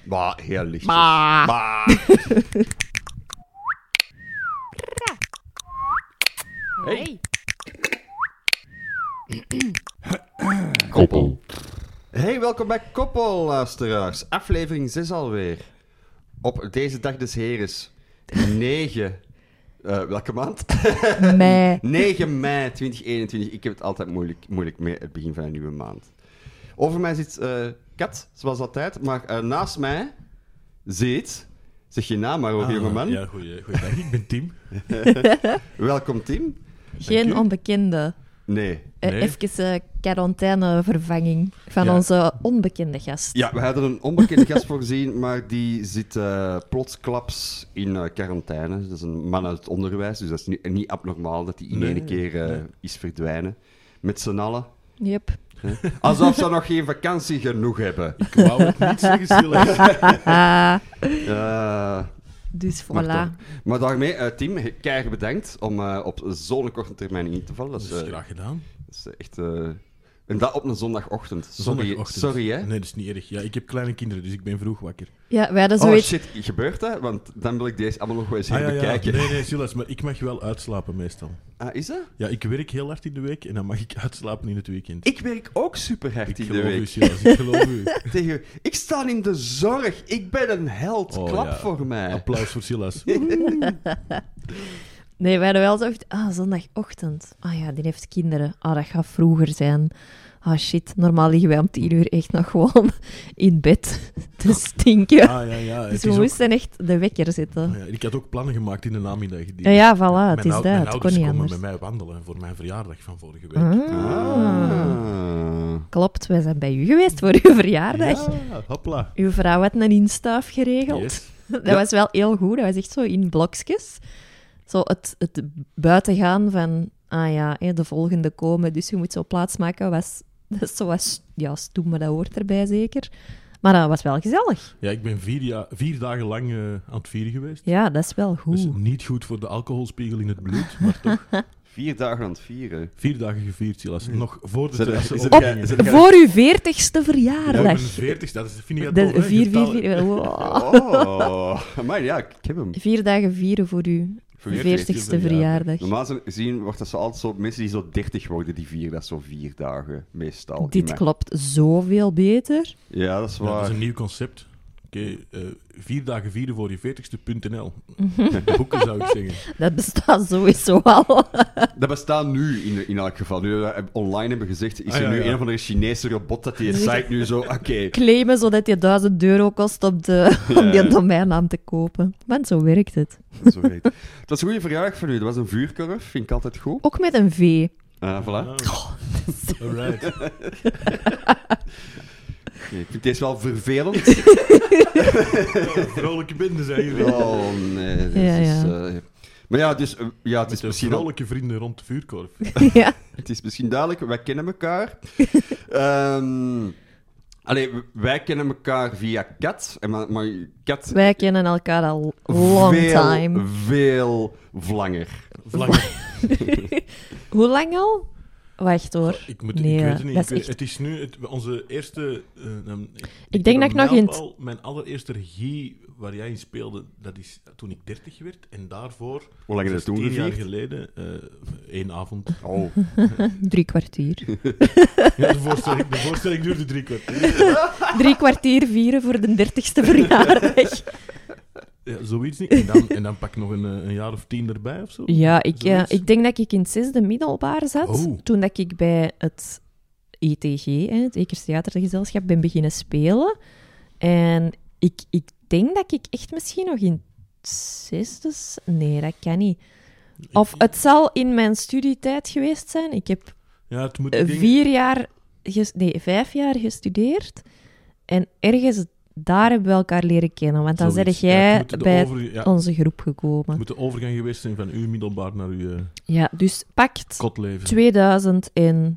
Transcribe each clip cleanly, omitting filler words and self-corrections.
Maar heel lichtjes. Bah. Bah. Hey. Koppel. Hey, welkom bij Koppel, luisteraars. Aflevering 6 alweer. Op deze dag des Heres. 9... welke maand? Mei. 9 mei 2021. Ik heb het altijd moeilijk met het begin van een nieuwe maand. Over mij zit Kat, zoals altijd. Maar naast mij zit... Zeg je naam maar, hoor, jongeman. Ja, goeiedag. Ik ben Tim. Welkom, Tim. Geen onbekende. Nee. Nee. Even quarantainevervanging van Ja. onze onbekende gast. Ja, we hadden een onbekende gast voorzien, maar die zit plotsklaps in quarantaine. Dat is een man uit het onderwijs, dus dat is niet abnormaal dat hij in één keer is verdwijnen. Met z'n allen. Yep. Alsof ze nog geen vakantie genoeg hebben. Ik wou het niet zeggen, Silas. Dus Maar voilà. Maar daarmee, Tim, keihard bedankt om op zo'n korte termijn in te vallen. Dat is graag gedaan. Dat is echt... en dat op een zondagochtend. Zondagochtend. Sorry, hè? Nee, dat is niet erg. Ja, ik heb kleine kinderen, dus ik ben vroeg wakker. Ja, wij hadden Oh zoiets... shit, gebeurt dat? Want dan wil ik deze allemaal nog wel eens Ja. bekijken. Nee, Silas, maar ik mag wel uitslapen meestal. Ah, is dat? Ja, ik werk heel hard in de week en dan mag ik uitslapen in het weekend. Ik werk ook super hard Ik in de geloof u, week. Silas, ik geloof u. Tegen u. Ik sta in de zorg. Ik ben een held. Oh, Klap ja. voor mij. Applaus voor Silas. Nee, wij hadden wel zo echt... zondagochtend. Ja, die heeft kinderen. Dat gaat vroeger zijn. Shit. Normaal liggen wij om 10:00 echt nog gewoon in bed te stinken. Ja. Dus Het we is ook... moesten echt de wekker zetten. Ja, ik had ook plannen gemaakt in de namiddag. Die... Ja, voilà. Het is Mijn dat. Het kon ouders niet komen anders. met mij wandelen voor mijn verjaardag van vorige week. Ah. Klopt, wij zijn bij u geweest voor uw verjaardag. Ja, hopla. Uw vrouw had een instaaf geregeld. Yes. Dat was wel heel goed. Dat was echt zo in blokjes. Zo het buiten gaan van... de volgende komen, dus je moet zo plaatsmaken. Dat is zo wat stoem, maar dat hoort erbij zeker. Maar dat was wel gezellig. Ja, ik ben 4 dagen lang aan het vieren geweest. Ja, dat is wel goed. Dus niet goed voor de alcoholspiegel in het bloed, maar toch 4 dagen aan het vieren. 4 dagen gevierd, Silas. Nog voor de Zet- terrassen zet- opgingen. zet- Voor uw 40ste Ja, ik verjaardag. ben 40, dat vind ik De tof, hè? 4 Oh, maar ja, ik heb hem. 4 dagen vieren voor uw Voor je 40ste verjaardag. Normaal gezien wordt dat zo altijd zo... Mensen die zo 30 worden, die vieren dat zo 4 dagen, meestal. Dit klopt zoveel beter. Ja, dat is Ja, dat waar. is een nieuw concept. Oké, 4 dagen vieren voor je 40ste.nl. Boeken zou ik zeggen. Dat bestaat sowieso al. Dat bestaat nu in elk geval. Nu we online hebben gezegd, is er nu een of andere Chinese robot dat die site nu zo... Oké. Claimen zodat je €1000 kost om die domeinnaam te kopen. Want zo werkt het. Zo heet. Het was een goede verjaardag voor u. Dat was een vuurkorf, vind ik altijd goed. Ook met een V. Voilà. Alright. Ik vind deze wel vervelend. Vrolijke binden zijn jullie. Oh, nee. Dit Ja, is, ja. maar ja, dus, ja, het Met is de misschien al... vrolijke vrienden rond de vuurkorf. Ja. Het is misschien duidelijk, wij kennen elkaar. Wij kennen elkaar via Kat. Maar Kat... Wij kennen elkaar al long time. Veel langer. Vlanger. Hoe lang al? Wacht hoor. Ik weet het niet. dat is echt... Het is nu onze eerste... Ik denk dat ik nog in... Mijn allereerste regie waar jij in speelde, dat is toen ik 30 werd. En daarvoor... Hoe lang is het toen 10 jaar gevierd? geleden, 1 avond. Oh. 3 kwartier. Ja, de voorstelling duurde 3 kwartier. 3 kwartier vieren voor de 30ste verjaardag. Ja, zoiets niet. En dan pak ik nog een jaar of 10 erbij of zo. Ja, Zoiets. ik denk dat ik in het 6e middelbaar zat. Oh. Toen dat ik bij het ETG, het Ekers Theatergezelschap, ben beginnen spelen. En ik denk dat ik echt misschien nog in het 6e... Nee, dat kan niet. Of het zal in mijn studietijd geweest zijn. Ik heb Ja, het moet... 5 jaar gestudeerd. En ergens daar hebben we elkaar leren kennen. Want dan Zoiets. ben Ja, jij het moet de bij over- onze groep Het gekomen. moet de overgang geweest zijn van uw middelbaar naar uw Ja, dus pakt kotleven. 2004.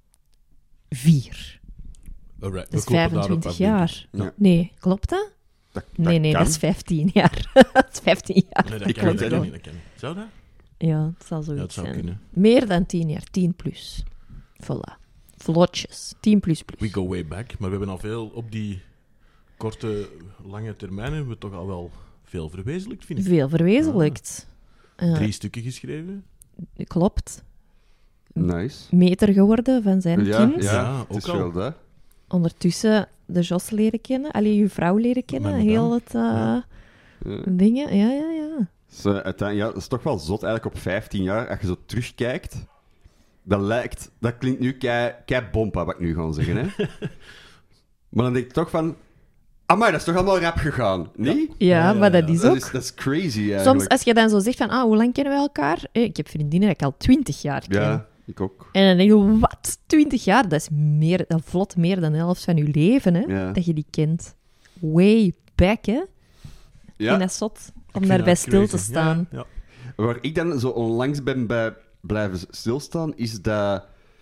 Alright, Dat is we kloppen daarop 25 af, denk ik. jaar. Ja. Nee, klopt dat? Nee, kan. dat is 15 jaar. Dat is 15 jaar. Nee, dat Ik kan weet niet, het dat niet. kan niet, dat kan niet. Zou dat? Ja, het zal Ja, zoiets het zou zijn. kunnen. Meer dan 10 jaar, 10 plus. Voilà. Vlotjes. 10 plus plus. We go way back, maar we hebben al veel op die korte, lange termijn hebben we toch al wel veel verwezenlijkt, vind ik. Veel verwezenlijkt. 3 stukken geschreven. Klopt. Nice. Meter geworden van zijn kind. Ja, het is ook al. wel dat. Ondertussen de Jos leren kennen. Je vrouw leren kennen. Mijn Heel madame. het dingen. Ja. Dus, uiteindelijk, dat is toch wel zot, eigenlijk op 15 jaar, als je zo terugkijkt, dat klinkt nu kei bompa, wat ik nu ga zeggen, hè. Maar dan denk ik toch van, amai, dat is toch allemaal rap gegaan, nee? Ja, maar dat is ook... Dat is crazy, eigenlijk. Soms, als je dan zo zegt van, hoe lang kennen we elkaar? Ik heb vriendinnen dat ik al 20 jaar ken. Ja, ik ook. En dan denk je, wat? 20 jaar? Dat is dat vlot meer dan de helft van je leven, hè? Ja. Dat je die kent. Way back, hè? Ja. En dat is zot, Ik om vind daarbij dat stil te crazy. staan. Ja. Waar ik dan zo onlangs ben bij blijven stilstaan, is dat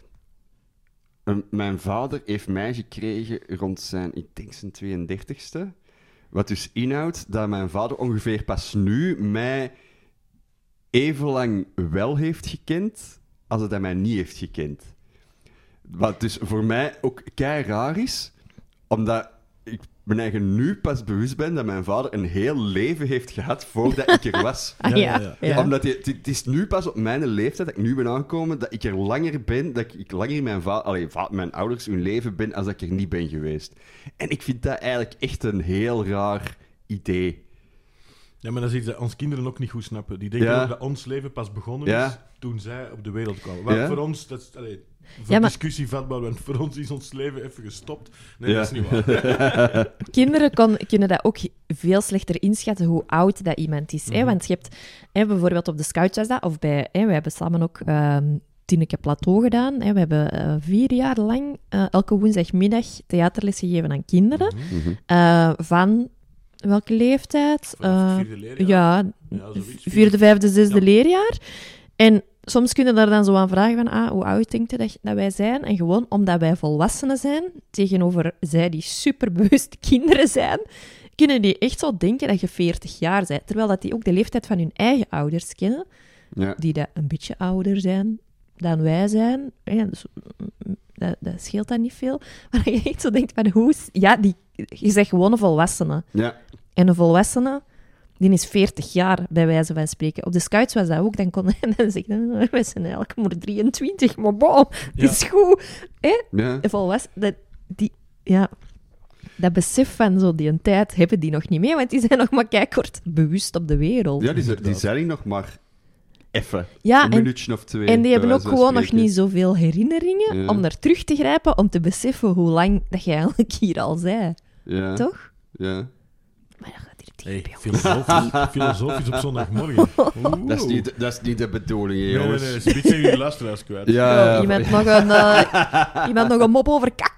mijn vader heeft mij gekregen rond zijn, ik denk zijn 32e. Wat dus inhoudt dat mijn vader ongeveer pas nu mij even lang wel heeft gekend als dat hij mij niet heeft gekend. Wat dus voor mij ook kei raar is, omdat ik me eigen nu pas bewust ben dat mijn vader een heel leven heeft gehad voordat ik er was. Ja. Omdat het is nu pas op mijn leeftijd dat ik nu ben aangekomen dat ik er langer ben, dat ik langer in mijn ouders hun leven ben als dat ik er niet ben geweest. En ik vind dat eigenlijk echt een heel raar idee. Ja, maar dat is iets dat onze kinderen ook niet goed snappen. Die denken Ja. ook dat ons leven pas begonnen Ja. is toen zij op de wereld kwamen. Maar Ja. voor ons, dat is voor Ja, maar- discussie vatbaar, want voor ons is ons leven even gestopt. Nee, Ja. dat is niet waar. Kinderen kunnen dat ook veel slechter inschatten hoe oud dat iemand is. Hè? Want je hebt bijvoorbeeld op de Scouts was dat, of bij... we hebben samen ook Tineke Plateau gedaan. Hè? We hebben 4 jaar lang elke woensdagmiddag theaterles gegeven aan kinderen. Van welke leeftijd? Vanaf het 4e leerjaar. Ja, zoiets. 4e, 5e, 6e Ja. leerjaar. En soms kunnen daar dan zo aan vragen van, hoe oud denkt je dat wij zijn? En gewoon omdat wij volwassenen zijn, tegenover zij die superbewuste kinderen zijn, kunnen die echt zo denken dat je 40 jaar bent. Terwijl dat die ook de leeftijd van hun eigen ouders kennen, Ja. die dat een beetje ouder zijn dan wij zijn. Ja, dus, dat scheelt dan niet veel. Maar je echt zo denkt van, je zegt gewoon een volwassene. Ja. En een volwassene, die is 40 jaar, bij wijze van spreken. Op de Scouts was dat ook. Dan kon dan zeg ik, wij zijn eigenlijk maar 23, maar bon, het is goed. Ja. Een volwassene, dat besef van zo die een tijd hebben die nog niet mee, want die zijn nog maar kort bewust op de wereld. Ja, die zijn hier nog maar even. Ja, een minuutje of 2. en die hebben bij ook wijze van gewoon nog spreken. niet zoveel herinneringen Ja. om naar terug te grijpen, om te beseffen hoe lang dat je eigenlijk hier al zei. Ja. Toch? Ja. Maar dat gaat hier Hey, diep, jongen. filosofisch op zondagmorgen. Oeh. Dat is niet de bedoeling, hè, Nee, jongens. nee, ze zijn jullie luisteraars kwijt. Ja, Iemand nog een mop over kak.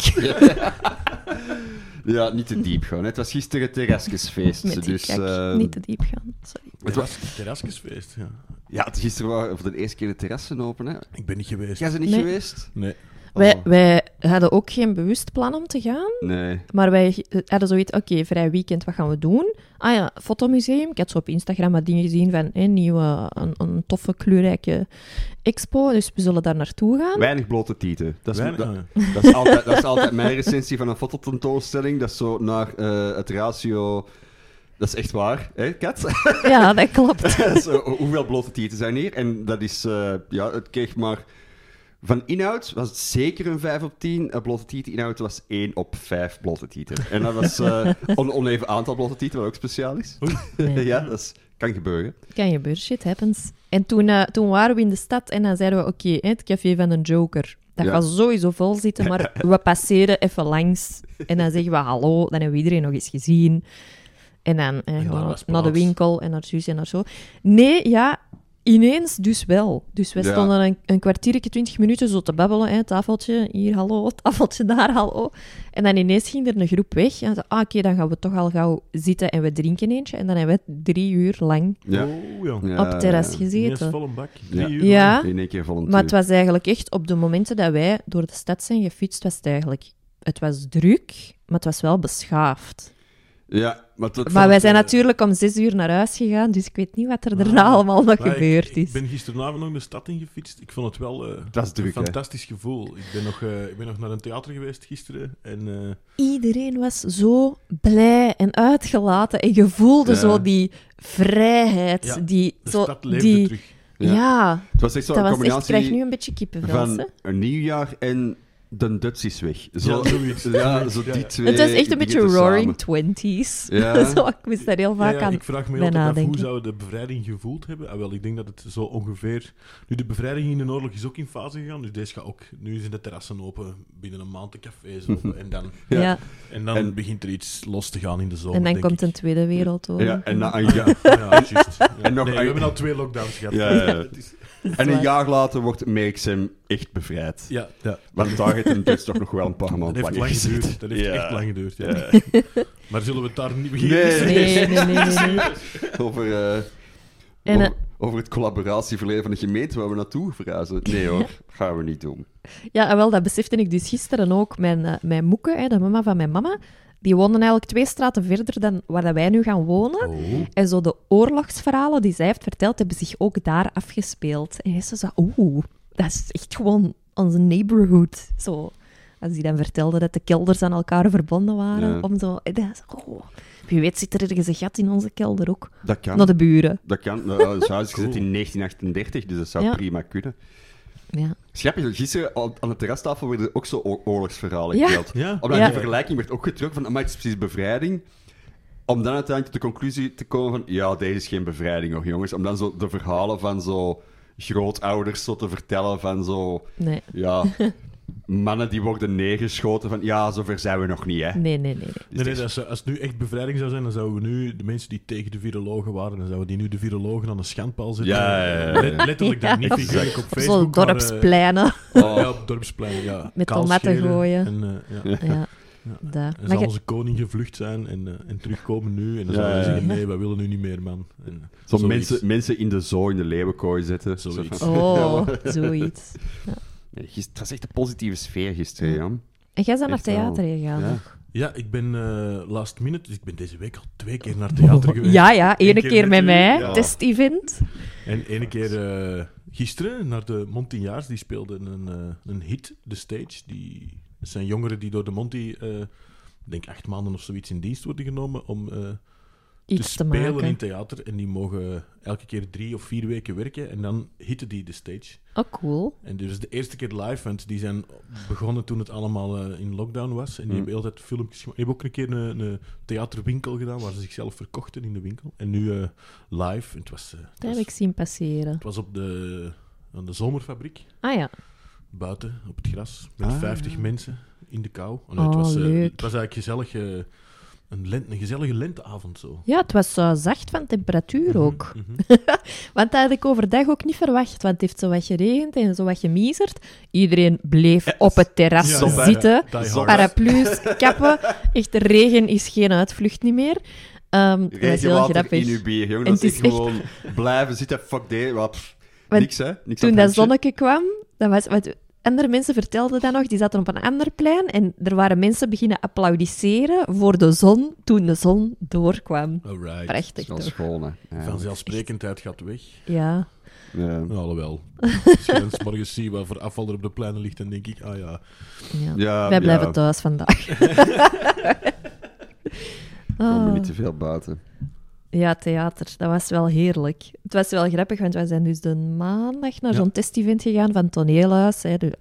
ja, niet te diep gaan. Het was gisteren terrasjesfeest. Met die Dus, kak. Niet te diep gaan. Sorry. Terrasjesfeest, ja. ja, gisteren waren voor de eerste keer de terrassen open. Hè. Ik ben niet geweest. Jij bent niet Nee. geweest? Nee. Wij hadden ook geen bewust plan om te gaan, Nee. maar wij hadden zoiets, oké, vrij weekend, wat gaan we doen? Ah ja, fotomuseum. Ik had zo op Instagram wat dingen gezien van een toffe, kleurrijke expo, dus we zullen daar naartoe gaan. Weinig blote tieten. Dat is, Weinig- dat is altijd mijn recensie van een fototentoonstelling. Dat is zo naar het ratio... Dat is echt waar, hè, Kat? Ja, dat klopt. Zo, hoeveel blote tieten zijn hier? En dat is... het kreeg maar... Van inhoud was het zeker een 5 op 10. Blote tieten inhoud was 1 op 5 blote tieten. En dat was oneven aantal blote tieten, wat ook speciaal is. Nee. Ja, dat kan gebeuren. Kan gebeuren, shit happens. En toen waren we in de stad en dan zeiden we, oké, het café van de Joker. Dat Ja. gaat sowieso vol zitten, maar we passeren even langs. En dan zeggen we hallo, dan hebben we iedereen nog eens gezien. En dan daar gewoon was naar de plaats. winkel en naar zus en naar zo. Nee, ja, ineens dus wel. Dus we Ja. stonden een kwartiertje, 20 minuten zo te babbelen. Tafeltje hier, hallo, tafeltje daar, hallo. En dan ineens ging er een groep weg. En dan oké, dan gaan we toch al gauw zitten en we drinken eentje. En dan hebben we 3 uur lang Ja. Oh, ja. Ja, op het terras ja. Ineens gezeten. vol een bak. Ja. 3 uur Ja. lang. In één keer vol een Maar het tuur. was eigenlijk echt, op de momenten dat wij door de stad zijn gefietst, was het eigenlijk... Het was druk, maar het was wel beschaafd. Ja, maar Maar wij zijn natuurlijk om 6 uur naar huis gegaan, dus ik weet niet wat er daarna allemaal nog gebeurd is. Ik ben gisteravond nog de stad ingefietst. Ik vond het wel dat is druk, een fantastisch gevoel. Ik ben nog naar een theater geweest gisteren. En, Iedereen was zo blij en uitgelaten. En je voelde zo die vrijheid. Ja, de stad leefde terug. Ja, het was echt zo'n dat was combinatie echt, ik krijg nu een beetje kippenvel. van een nieuwjaar en de Duts is weg. Zo, zoiets. zo die twee. Het was echt een beetje dingen Roaring tezamen. 20s. Ja. Zo, ik moest daar heel vaak aan Ik vraag me bij altijd af, hoe nadenken. zou de bevrijding gevoeld hebben? Wel, ik denk dat het zo ongeveer... Nu, de bevrijding in de oorlog is ook in fase gegaan, dus deze gaat ook... Nu zijn de terrassen open, binnen een maand de cafés open, en dan begint er iets los te gaan in de zomer, En dan denk komt ik. een Tweede Wereldoorlog. Ja, en na Ja, juist. Ja. En nog Nee, we een- hebben al 2 lockdowns gehad. Ja, ja. Het is- En een jaar later wordt Merksem echt bevrijd. ja. Want daar heeft een Duits toch nog wel een paar Dat maanden heeft langer lang gezeten. geduurd. Dat heeft Ja. echt lang geduurd, ja. Ja. Maar zullen we het daar niet beginnen? Nee. En, Over het collaboratieverleden van de gemeente waar we naartoe verhuizen. Nee hoor, gaan we niet doen. Ja, en wel, dat besefte ik dus gisteren ook. Mijn moeke, de mama van mijn mama, die woonden eigenlijk 2 straten verder dan waar dat wij nu gaan wonen. Oh. En zo de oorlogsverhalen die zij heeft verteld, hebben zich ook daar afgespeeld. En hij zei zo, dat is echt gewoon onze neighborhood. Zo, als die dan vertelde dat de kelders aan elkaar verbonden waren. Ja. Om zo, wie weet zit er ergens een gat in onze kelder ook. Dat kan. Naar de buren. Dat kan. Nou, het huis is gezet Cool. in 1938, dus dat zou Ja. prima kunnen. Ja. Grappig, gisteren aan de terrastafel werden ook zo oorlogsverhalen Ja. verteld. Ja? Omdat Ja. die vergelijking werd ook getrokken van, maar het is precies bevrijding. Om dan uiteindelijk tot de conclusie te komen van, ja, deze is geen bevrijding nog, jongens. Om dan zo de verhalen van zo grootouders zo te vertellen van zo, Nee. ja, mannen die worden neergeschoten van, ja, zover zijn we nog niet, hè. Nee. Nee, als het nu echt bevrijding zou zijn, dan zouden we nu de mensen die tegen de virologen waren, dan zouden die nu de virologen aan de schandpaal zetten. Ja. Letterlijk dan niet figuurlijk op Op zo'n Facebook. maar, dorpspleinen. Ja, op dorpsplein, ja. Met Kaal tomaten scheren gooien. En, ja. Ja, dat. En Maar zal je- onze koning gevlucht zijn en terugkomen nu. En dan Ja, zouden we ja, zeggen, ja. nee, wij willen nu niet meer, man. En, Zo zoiets. mensen in de zoo, in de leeuwenkooi zetten. Zoiets. Zo van- Oh, zoiets. Nee, het was echt een positieve sfeer gisteren, ja. En jij bent naar Echt wel. theater gegaan? Ja. nog? Ja, ik ben last minute, dus ik ben deze week al 2 keer naar theater geweest. Ja, ene Eén keer met u, mij, ja. test-event. En ene keer gisteren naar de Montignaars, die speelden een hit, The Stage. Dat zijn jongeren die door de Monty, ik denk 8 maanden of zoiets, in dienst worden genomen om te Iets te spelen maken. in theater. En die mogen elke keer 3 of 4 weken werken en dan hitten die The Stage. Oh, cool. En dus de eerste keer live, want die zijn begonnen toen het allemaal in lockdown was. En die hebben altijd filmpjes gemaakt. Die hebben ook een keer een theaterwinkel gedaan, waar ze zichzelf verkochten in de winkel. En nu live. En het was, Dat heb ik zien passeren. het was aan de zomerfabriek, Ah ja. buiten, op het gras, met Ah, 50 ja. mensen in de kou. En Oh, leuk. Het was eigenlijk gezellig, een gezellige lenteavond zo. Ja, het was zacht van temperatuur ook. Mhm. Want dat had ik overdag ook niet verwacht, want het heeft zo wat geregend en zo wat gemiezerd. Iedereen bleef op het terras Ja, ja, zitten. ja. Die hard. Paraplu's, kappen. Echt, de regen is geen uitvlucht niet meer. Dat was heel Regenwater grappig. in uw bier, jongen. En Dat is het echt is echt- gewoon blijven zitten. Fuck day. Want Niks, hè? Niks Toen aan dat het handje. zonnetje kwam, dan was... Wat andere mensen vertelden dat nog, die zaten op een ander plein en er waren mensen beginnen applaudisseren voor de zon toen de zon doorkwam. Alright. Dat Prachtig, is wel toch? schoon, hè. Ja. Vanzelfsprekendheid gaat weg. Ja. Ja. Nou, alhoewel. Als je dan 's morgens ziet wat voor afval er op de pleinen ligt, dan denk ik, ah ja. Ja. Ja, Wij blijven ja. thuis vandaag. Komen Ah. niet te veel buiten. Ja, theater. Dat was wel heerlijk. Het was wel grappig, want wij zijn dus de maandag naar Ja. zo'n test-event gegaan van Toneelhuis. Hè, dus,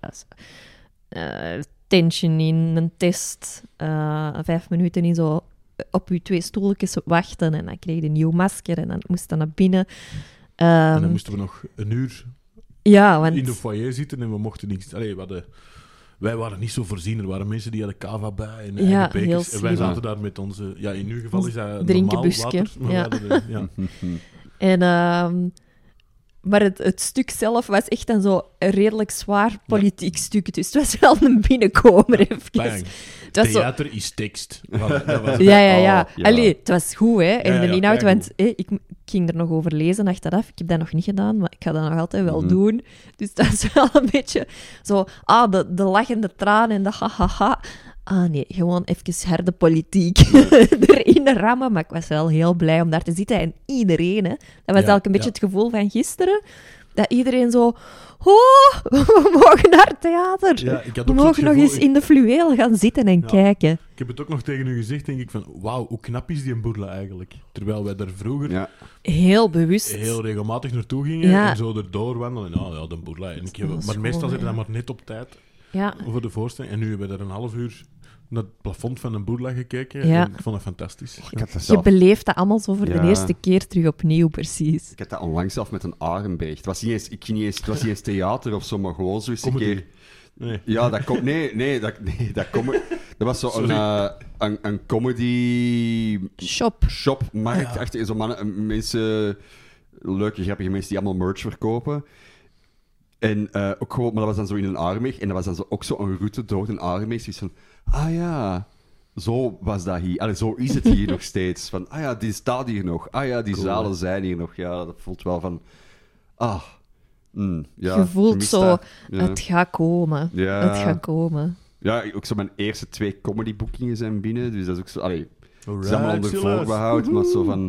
tension in, een test, 5 minuten in zo op je 2 stoeltjes wachten en dan kreeg je een nieuw masker en dan moest je naar binnen. En dan moesten we nog een uur Ja, want... in de foyer zitten en we mochten niks... Allee, wij waren niet zo voorzien. Er waren mensen die hadden cava bij en Ja, eigen bekers. heel En wij slim. zaten daar met onze... Ja, in uw geval is dat normaal Drinkenbusje, water. Maar ja. wij hadden, ja. En, maar het stuk zelf was echt dan zo een redelijk zwaar politiek stuk. Dus het was wel een binnenkomer even. Bang. Het was zo... Theater is tekst. Voilà, dat was Ja. Oh, ja. Allee, het was goed, hè. En Ja, de ja, inhoud, keigoed. want ik ging er nog over lezen achteraf. Ik heb dat nog niet gedaan, maar ik ga dat nog altijd wel Mhm. doen. Dus dat is wel een beetje zo... de lachende traan en de ha-ha-ha. nee, gewoon even harde politiek erin rammen. Maar ik was wel heel blij om daar te zitten. En iedereen, hè. Dat was eigenlijk een beetje het gevoel van gisteren. Dat iedereen zo... Oh, we mogen naar het theater. Ja, ik had we ook mogen nog eens in de fluweel gaan zitten en kijken. Ik heb het ook nog tegen u gezegd, denk ik, van... Wauw, hoe knap is die Boerla eigenlijk? Terwijl wij daar vroeger... Heel bewust. Heel regelmatig naartoe gingen en zo erdoor wandelen. Ja, de Boerla. Maar meestal zitten we dan maar net op tijd voor de voorstelling. En nu hebben we daar een half uur naar het plafond van een Boerla gekeken. En ik vond het fantastisch. Je beleeft dat allemaal zo voor de eerste keer terug opnieuw, precies. Ik had dat onlangs zelf met een Arenberg. Het was niet eens theater of zo, maar gewoon zo eens een keer... Nee. Ja, dat komt... Nee, dat was zo een comedy... Shopmarkt. Achter zo mannen, mensen... Leuke, grappige mensen die allemaal merch verkopen. En ook gewoon... Maar dat was dan zo in een Arenberg. En dat was dan zo, ook zo een route door een Arenberg. Dus van... Ah ja... Zo was dat hier. Allee, zo is het hier nog steeds. Van, ah ja, die staat hier nog. Ah ja, die zalen zijn hier nog. Ja, dat voelt wel van... je voelt zo... Het gaat komen. Ja. Het gaat komen. Ja, ook zo mijn eerste 2 comedyboekingen zijn binnen. Dus dat is ook zo... Allee, het is allemaal onder voorbehoud. Maar zo van...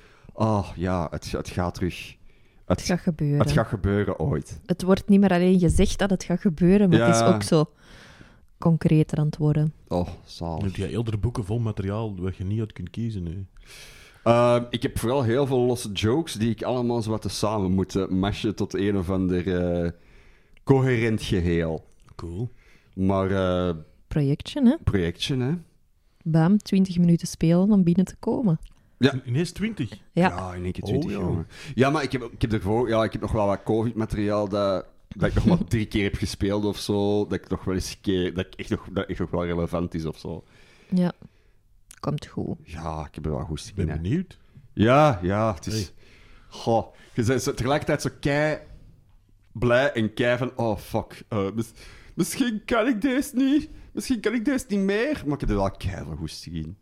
het gaat terug... Het gaat gebeuren. Het gaat gebeuren ooit. Het wordt niet meer alleen gezegd dat het gaat gebeuren, maar het is ook zo... concreter aan het worden. Oh, zalig. Je hebt eerder boeken vol materiaal waar je niet uit kunt kiezen. Nu. Ik heb vooral heel veel losse jokes die ik allemaal zo wat samen moet mashen tot een of ander coherent geheel. Cool. Maar... Projectje, hè? Bam, 20 minuten spelen om binnen te komen. Ja. Ineens 20? Ja, in één keer 20, jongen. Ja, maar ik heb nog wel wat COVID-materiaal dat ik nog maar 3 keer heb gespeeld of zo, dat ik nog wel eens dat echt nog wel relevant is of zo. Ja, komt goed. Ja, ik heb er wel goed in. Ik ben benieuwd. Ja, het is... Goh, je bent tegelijkertijd zo kei blij en kei van, oh fuck, misschien kan ik deze niet, meer, maar ik heb er wel kei veel goesting in.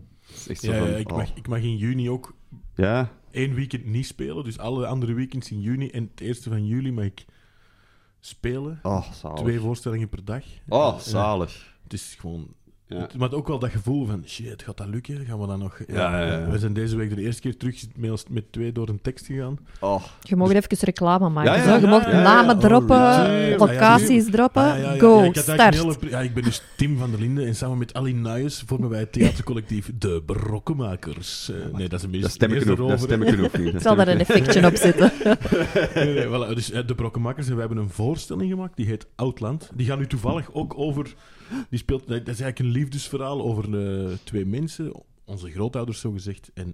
Ik mag in juni ook 1 weekend niet spelen, dus alle andere weekends in juni en het eerste van juli mag ik spelen. 2 voorstellingen per dag. Zalig. Het is gewoon... Ja. Maar ook wel dat gevoel van, shit, gaat dat lukken? Gaan we dan nog... We zijn deze week de eerste keer terug met 2 door een tekst gegaan. Je mag even reclame maken. Je mag namen droppen, locaties droppen. Go, start. Ik ben dus Tim van der Linden en samen met Ali Nuyes vormen wij het theatercollectief De Brokkenmakers. Nee, dat is een beetje... Dat stem ik genoeg niet. Ik zal daar een effectje op zetten. Nee, voilà, dus De Brokkenmakers, en we hebben een voorstelling gemaakt, die heet Outland. Die gaan nu toevallig ook over... Dat is eigenlijk een liefdesverhaal over 2 mensen, onze grootouders zogezegd. En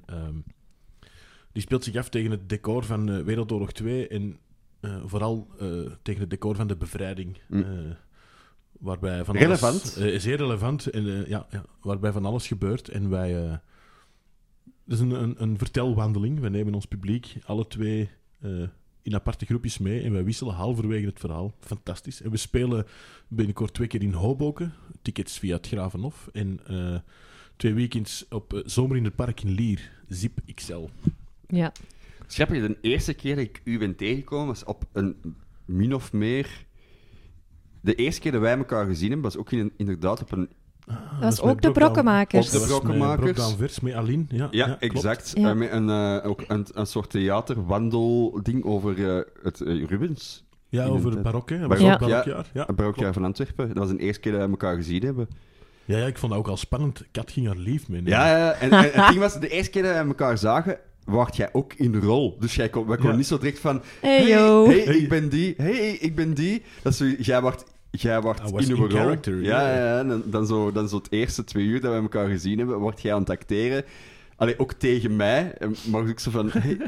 die speelt zich af tegen het decor van Wereldoorlog 2 en vooral tegen het decor van de bevrijding. Waarbij van relevant. Zeer relevant. En, waarbij van alles gebeurt. En wij... dat is een vertelwandeling. We nemen ons publiek alle 2... in aparte groepjes mee en wij wisselen halverwege het verhaal. Fantastisch. En we spelen binnenkort 2 keer in Hoboken. Tickets via het Gravenhof. En 2 weekends op Zomer in het Park in Lier. Zip XL. Ja. Grappig, de eerste keer dat ik u ben tegengekomen was op een min of meer... De eerste keer dat wij elkaar gezien hebben was ook inderdaad op een... Dat was ook De Brokkenmakers. Dat was met Brokkenmakers, met Aline. Ja, exact. Ja. Met ook een soort theaterwandelding over het Rubens. Ja, over het barok, hè? Het barokjaar van Antwerpen. Dat was de eerste keer dat we elkaar gezien hebben. Ja, ik vond dat ook al spannend. Kat ging haar lief mee. Ja, en het ding was, de eerste keer dat we elkaar zagen, wacht jij ook in de rol. Dus wij konden niet zo direct van... Hey, ik ben die. Dat is zo, jij wordt in uw rol. Ja, en dan zo het eerste 2 uur dat we elkaar gezien hebben, word jij aan het acteren. Allee, ook tegen mij. Maar ik zo van, hey.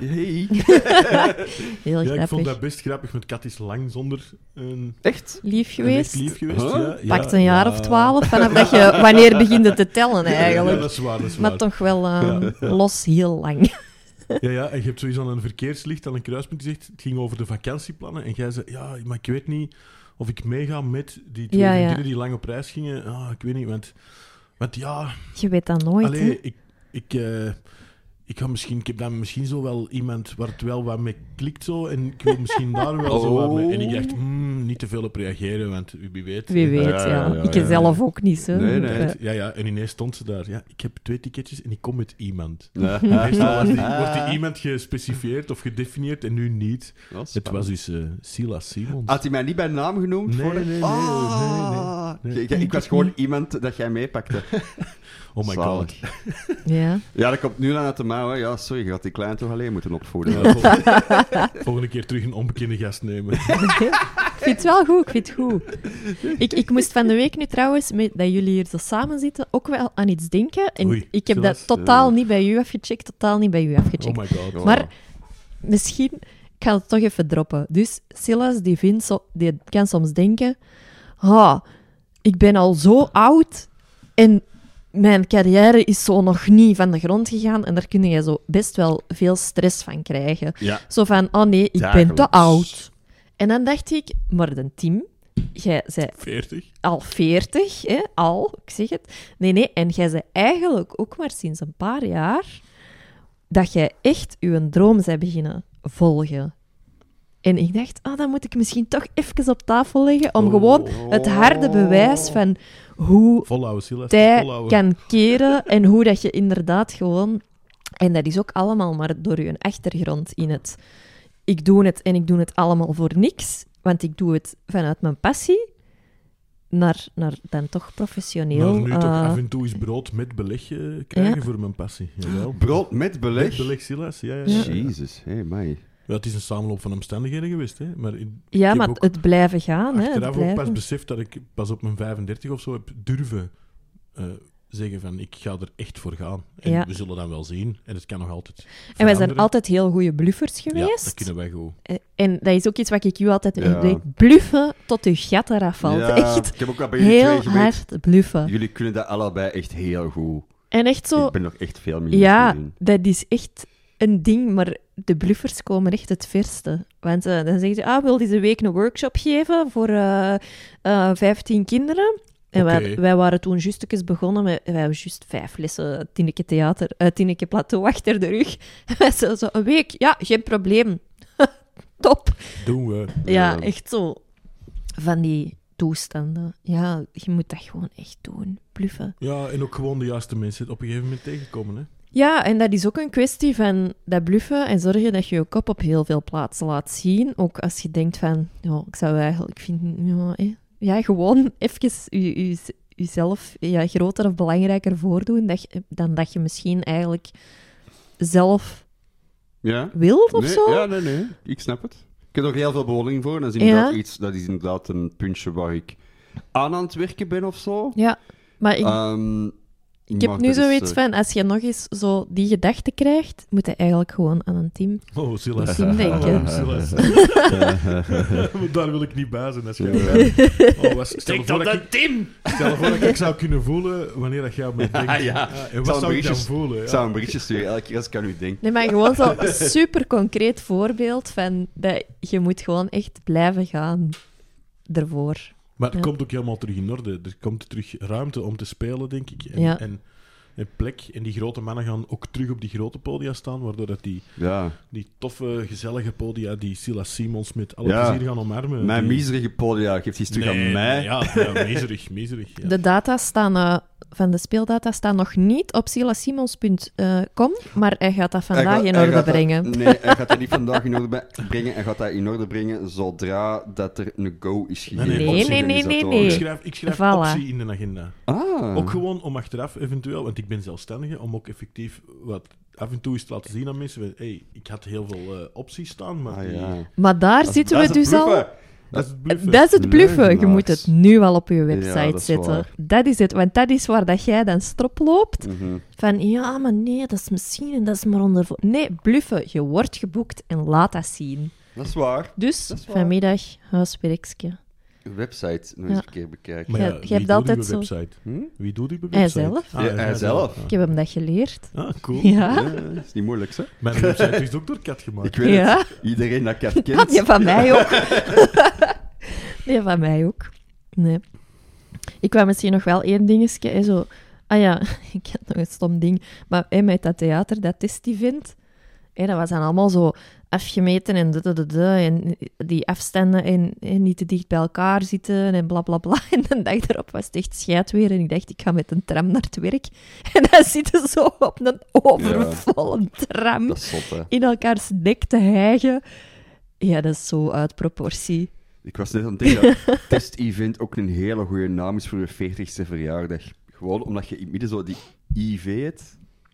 Heel grappig. Ik vond dat best grappig, want Kat is lang zonder een... Echt? Lief geweest? Huh? Pakt een jaar of 12, vanaf dat je... Wanneer begint het te tellen, eigenlijk? Ja, dat is waar. Maar toch wel los heel lang. Ja, en je hebt sowieso een verkeerslicht aan een kruispunt die zegt, het ging over de vakantieplannen. En jij zei, maar ik weet niet of ik meega met die 2 vriendinnen die lang op reis gingen. Ik weet niet, want ja... Je weet dat nooit, allee, ik heb dan misschien zo wel iemand waar het wel wat mee klikt zo, en ik wil misschien daar wel zo wat mee. En ik dacht, niet te veel op reageren, want wie weet. Wie weet, ja. Ik zelf ook niet, zo. Nee. Ja, en ineens stond ze daar. Ja, ik heb 2 ticketjes en ik kom met iemand. Meestal wordt die iemand gespecificeerd of gedefinieerd en nu niet. Het was dus Silas Simons. Had hij mij niet bij naam genoemd? Nee. Ik was gewoon iemand dat jij meepakte. Oh my god. Ja. Ja, dat komt nu dan uit de mouw. Ja, sorry, je had die klein toch alleen moeten opvoeden. Volgende keer terug een onbekende gast nemen. Ik vind het wel goed, Ik moest van de week nu trouwens, met dat jullie hier zo samen zitten, ook wel aan iets denken. En Oei, ik heb Silas, dat totaal niet bij u afgecheckt, Oh my god. Maar misschien, ik ga het toch even droppen. Dus Silas, die kan soms denken, ik ben al zo oud en mijn carrière is zo nog niet van de grond gegaan en daar kun je zo best wel veel stress van krijgen. Ja. Zo van, oh nee, ik ben te oud. En dan dacht ik, maar de Tim, jij zei 40? al 40, hè? Ik zeg het. Nee, en jij zei eigenlijk ook maar sinds een paar jaar dat jij echt je droom bent beginnen volgen. En ik dacht, dat moet ik misschien toch even op tafel leggen om gewoon het harde bewijs van hoe Volhouden, Silas. hij kan keren en hoe dat je inderdaad gewoon... En dat is ook allemaal maar door je achtergrond in het... Ik doe het en ik doe het allemaal voor niks, want ik doe het vanuit mijn passie, naar dan toch professioneel. Maar nu toch af en toe eens brood met beleg krijgen voor mijn passie. Jawel. Brood met beleg? Met beleg, Silas. Ja. Jezus, mij. Ja, het is een samenloop van omstandigheden geweest, hè. Maar maar het blijven gaan. Achteraf hè, ook pas beseft dat ik pas op mijn 35 of zo heb durven zeggen van, ik ga er echt voor gaan. En we zullen dan wel zien. En het kan nog altijd veranderen. En wij zijn altijd heel goede bluffers geweest. Ja, dat kunnen wij goed. En dat is ook iets wat ik u altijd deed. Bluffen tot uw gat eraf valt. Ja, echt ik heb ook al bij jullie heel twee hard bluffen. Jullie kunnen dat allebei echt heel goed. En echt zo... Ik ben nog echt veel meer in. Dat is echt een ding, maar de bluffers komen echt het verste. Want dan zeggen ze, wil deze week een workshop geven voor 15 kinderen? En wij waren toen juist begonnen met... Wij hebben juist 5 lessen Tineke Plateau achter de rug. En wij zo een week, geen probleem. Top. Doen we. Ja, echt zo. Van die toestanden. Ja, je moet dat gewoon echt doen. Bluffen. Ja, en ook gewoon de juiste mensen op een gegeven moment tegenkomen, hè. Ja, en dat is ook een kwestie van dat bluffen en zorgen dat je je kop op heel veel plaatsen laat zien. Ook als je denkt van, ik zou eigenlijk vinden... gewoon even jezelf groter of belangrijker voordoen dan dat je misschien eigenlijk zelf wilt of zo. Ja, nee. Ik snap het. Ik heb er ook heel veel bewondering voor. Dat is inderdaad een puntje waar ik aan het werken ben of zo. Ja, maar ik heb nu zoiets van, als je nog eens zo die gedachte krijgt, moet je eigenlijk gewoon aan een team denken. Silas. Daar wil ik niet bij zijn. Stel voor dat ik zou kunnen voelen wanneer dat jij op mij denkt. En wat zou ik dan voelen? Ik zou een berichtje sturen, elke keer als ik aan u denk. Nee, maar gewoon zo'n super concreet voorbeeld van dat je moet gewoon echt blijven gaan ervoor. Maar het komt ook helemaal terug in orde. Er komt terug ruimte om te spelen, denk ik. En plek. En die grote mannen gaan ook terug op die grote podia staan, waardoor dat die toffe, gezellige podia die Silas Simons met alle plezier gaan omarmen. Mijn miserige podia geeft iets terug aan mij. Ja, miserig. Ja. De data staan... van de speeldata staan nog niet op silasimons.com, maar hij gaat dat vandaag in orde brengen. Nee, hij gaat dat niet vandaag in orde brengen. Hij gaat dat in orde brengen zodra dat er een go is gegeven. Nee. Ik schrijf optie in de agenda. Ook gewoon om achteraf eventueel, want ik ben zelfstandige, om ook effectief wat af en toe eens te laten zien aan mensen. Ik had heel veel opties staan, maar... Maar daar zitten we dus al... Dat is het bluffen. Dat is het bluffen. Je moet het nu al op je website zetten. Waar. Dat is het. Want dat is waar dat jij dan strop loopt. Van, maar nee, dat is misschien en dat is maar onder... Nee, bluffen. Je wordt geboekt en laat dat zien. Dat is waar. Dus, vanmiddag, huiswerkje. Website nog eens een keer bekijken. Maar je hebt altijd zo... Wie doet die website? Hijzelf. Hijzelf. Ik heb hem dat geleerd. Cool. Ja. Dat is niet moeilijk, hè? Mijn website is ook door Kat gemaakt. Ik weet het. Iedereen dat Kat kent. Ja, van mij ook. Nee, van mij ook. Nee. Ik wou misschien nog wel één dingetje. Zo. Ik had nog een stom ding. Maar met dat theater, dat test-event... dat was dan allemaal zo afgemeten en die afstanden en niet te dicht bij elkaar zitten en bla bla bla. En de dag erop was het echt scheidweer en ik dacht, ik ga met een tram naar het werk. En dan zitten zo op een overvolle tram Dat is zot, hè. in elkaars nek te hijgen. Ja, dat is zo uit proportie. Ik was net aan het denken dat Test-Event ook een hele goede naam is voor je 40ste verjaardag. Gewoon omdat je in het midden zo die IV hebt.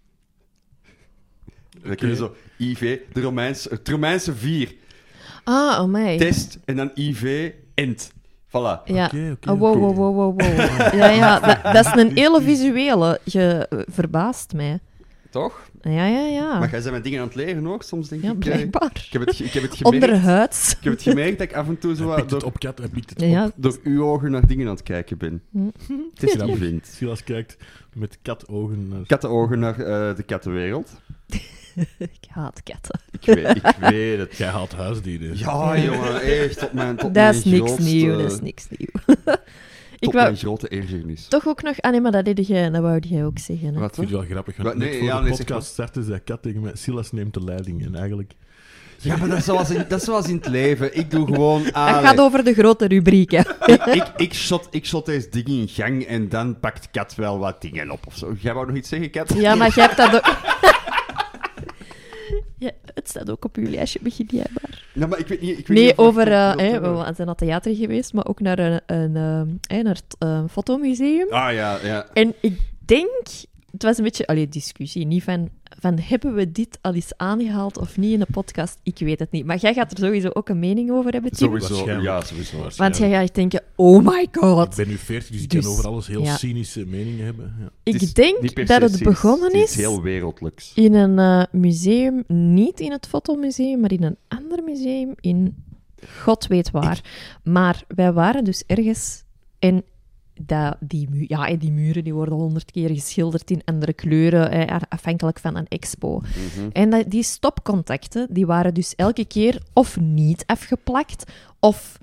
Dan kun je zo IV, het Romeinse 4. Ah, oh my. Test en dan IV, end. Voilà. Ja. Oké. Oh, wow. Ja, dat is een hele visuele. Je verbaast mij. Toch? Ja. Maar jij bent met dingen aan het leren ook, soms denk Ja, ik. blijkbaar. Ik heb het gemerkt. Onderhuids. Ik heb het gemerkt dat ik af en toe zo Hij pikt het door, op, Kat. Hij pikt het Ja. op. door uw ogen naar dingen aan het kijken ben. Test-Event. Silas kijkt met katogen naar... Kattenogen naar de kattenwereld. Ik haat katten. Ik weet het. Jij haalt huisdieren. Ja, jongen, echt tot mijn Dat is niks grootste, nieuw, dat is niks nieuw. Tot Ik wou mijn grote ergernis. toch ook nog... Ah nee, maar dat deed jij, dat wou jij ook zeggen. Hè? Wat? Ik vind het wel grappig. Want Wat? Nee, net voor ja, de nee, zeg podcast startte zei Kat tegen mij, Silas neemt de leiding. En eigenlijk... Ja, maar dat is zoals in het leven. Ik doe gewoon... Dat gaat over de grote rubrieken. Ik shot deze dingen in gang en dan pakt Kat wel wat dingen op of zo. Jij wou nog iets zeggen, Kat? Ja, maar jij hebt dat ook... Ja, het staat ook op uw lijstje, begin jij maar. Ja, maar ik weet niet... Nee, over... we zijn naar theater geweest, maar ook naar het fotomuseum. Ah, ja. En ik denk... Het was een beetje discussie, niet van hebben we dit al eens aangehaald of niet in de podcast? Ik weet het niet. Maar jij gaat er sowieso ook een mening over hebben, Tim. Sowieso, ja, sowieso. Want jij gaat denken, oh my god. Ik ben nu 40, dus ik Dus, kan over alles heel ja. cynische meningen hebben. Ja. Ik denk dat het begonnen Het is is heel wereldlijks. in een museum, niet in het fotomuseum, maar in een ander museum in god weet waar. Maar wij waren dus ergens en die muren die worden 100 keer geschilderd in andere kleuren, afhankelijk van een expo. Mhm. En die stopcontacten, die waren dus elke keer of niet afgeplakt, of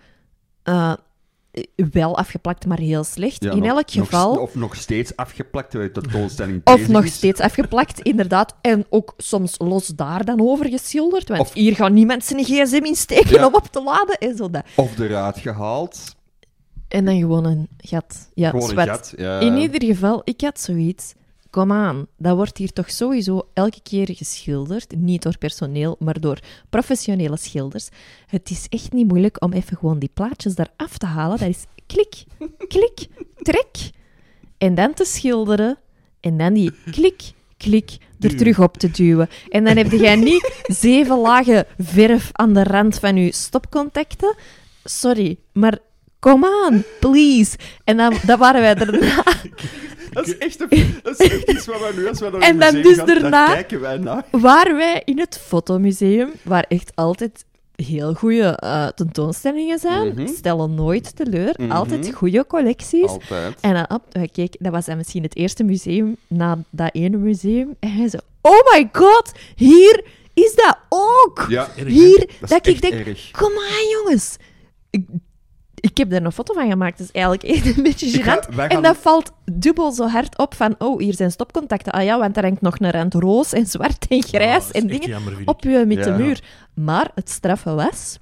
wel afgeplakt, maar heel slecht. Ja, in elk geval... Of nog steeds afgeplakt, terwijl de tentoonstelling Of bezig nog is. steeds afgeplakt, inderdaad. En ook soms los daar dan over geschilderd. Want Of- hier gaan niemand zijn gsm insteken Ja. om op te laden. En zo dat. Of eruit gehaald. En dan gewoon een gat. Ja, Gewoon een zwart. gat. Ja. In ieder geval, ik had zoiets. Kom aan, dat wordt hier toch sowieso elke keer geschilderd. Niet door personeel, maar door professionele schilders. Het is echt niet moeilijk om even gewoon die plaatjes daar af te halen. Dat is klik, klik, trek. En dan te schilderen. En dan die klik, klik er terug op te duwen. En dan heb jij niet 7 lagen verf aan de rand van je stopcontacten. Sorry, maar come on, please. En dan waren wij daarna... Dat is echt iets wat we nu, als we naar En een dan museum dus gaan, daarna- daar kijken wij naar. Waren wij in het fotomuseum, waar echt altijd heel goede tentoonstellingen zijn. Mhm. Stellen nooit teleur. Mhm. Altijd goede collecties. Altijd. En dan kijk, dat was dan misschien het eerste museum na dat ene museum. En hij zei, oh my god, hier is dat ook. Ja, Hier, dat dat is ik echt denk, erg. kom aan jongens. Ik heb daar een foto van gemaakt, dat is eigenlijk echt een beetje Ik ga- gênant. wij En gaan- dat valt dubbel zo hard op van, oh, hier zijn stopcontacten. Ah ja, want er hangt nog een rand roos en zwart en grijs dat is en echt dingen jammer, vind op ik. je met de Ja. muur. Maar het straffe was...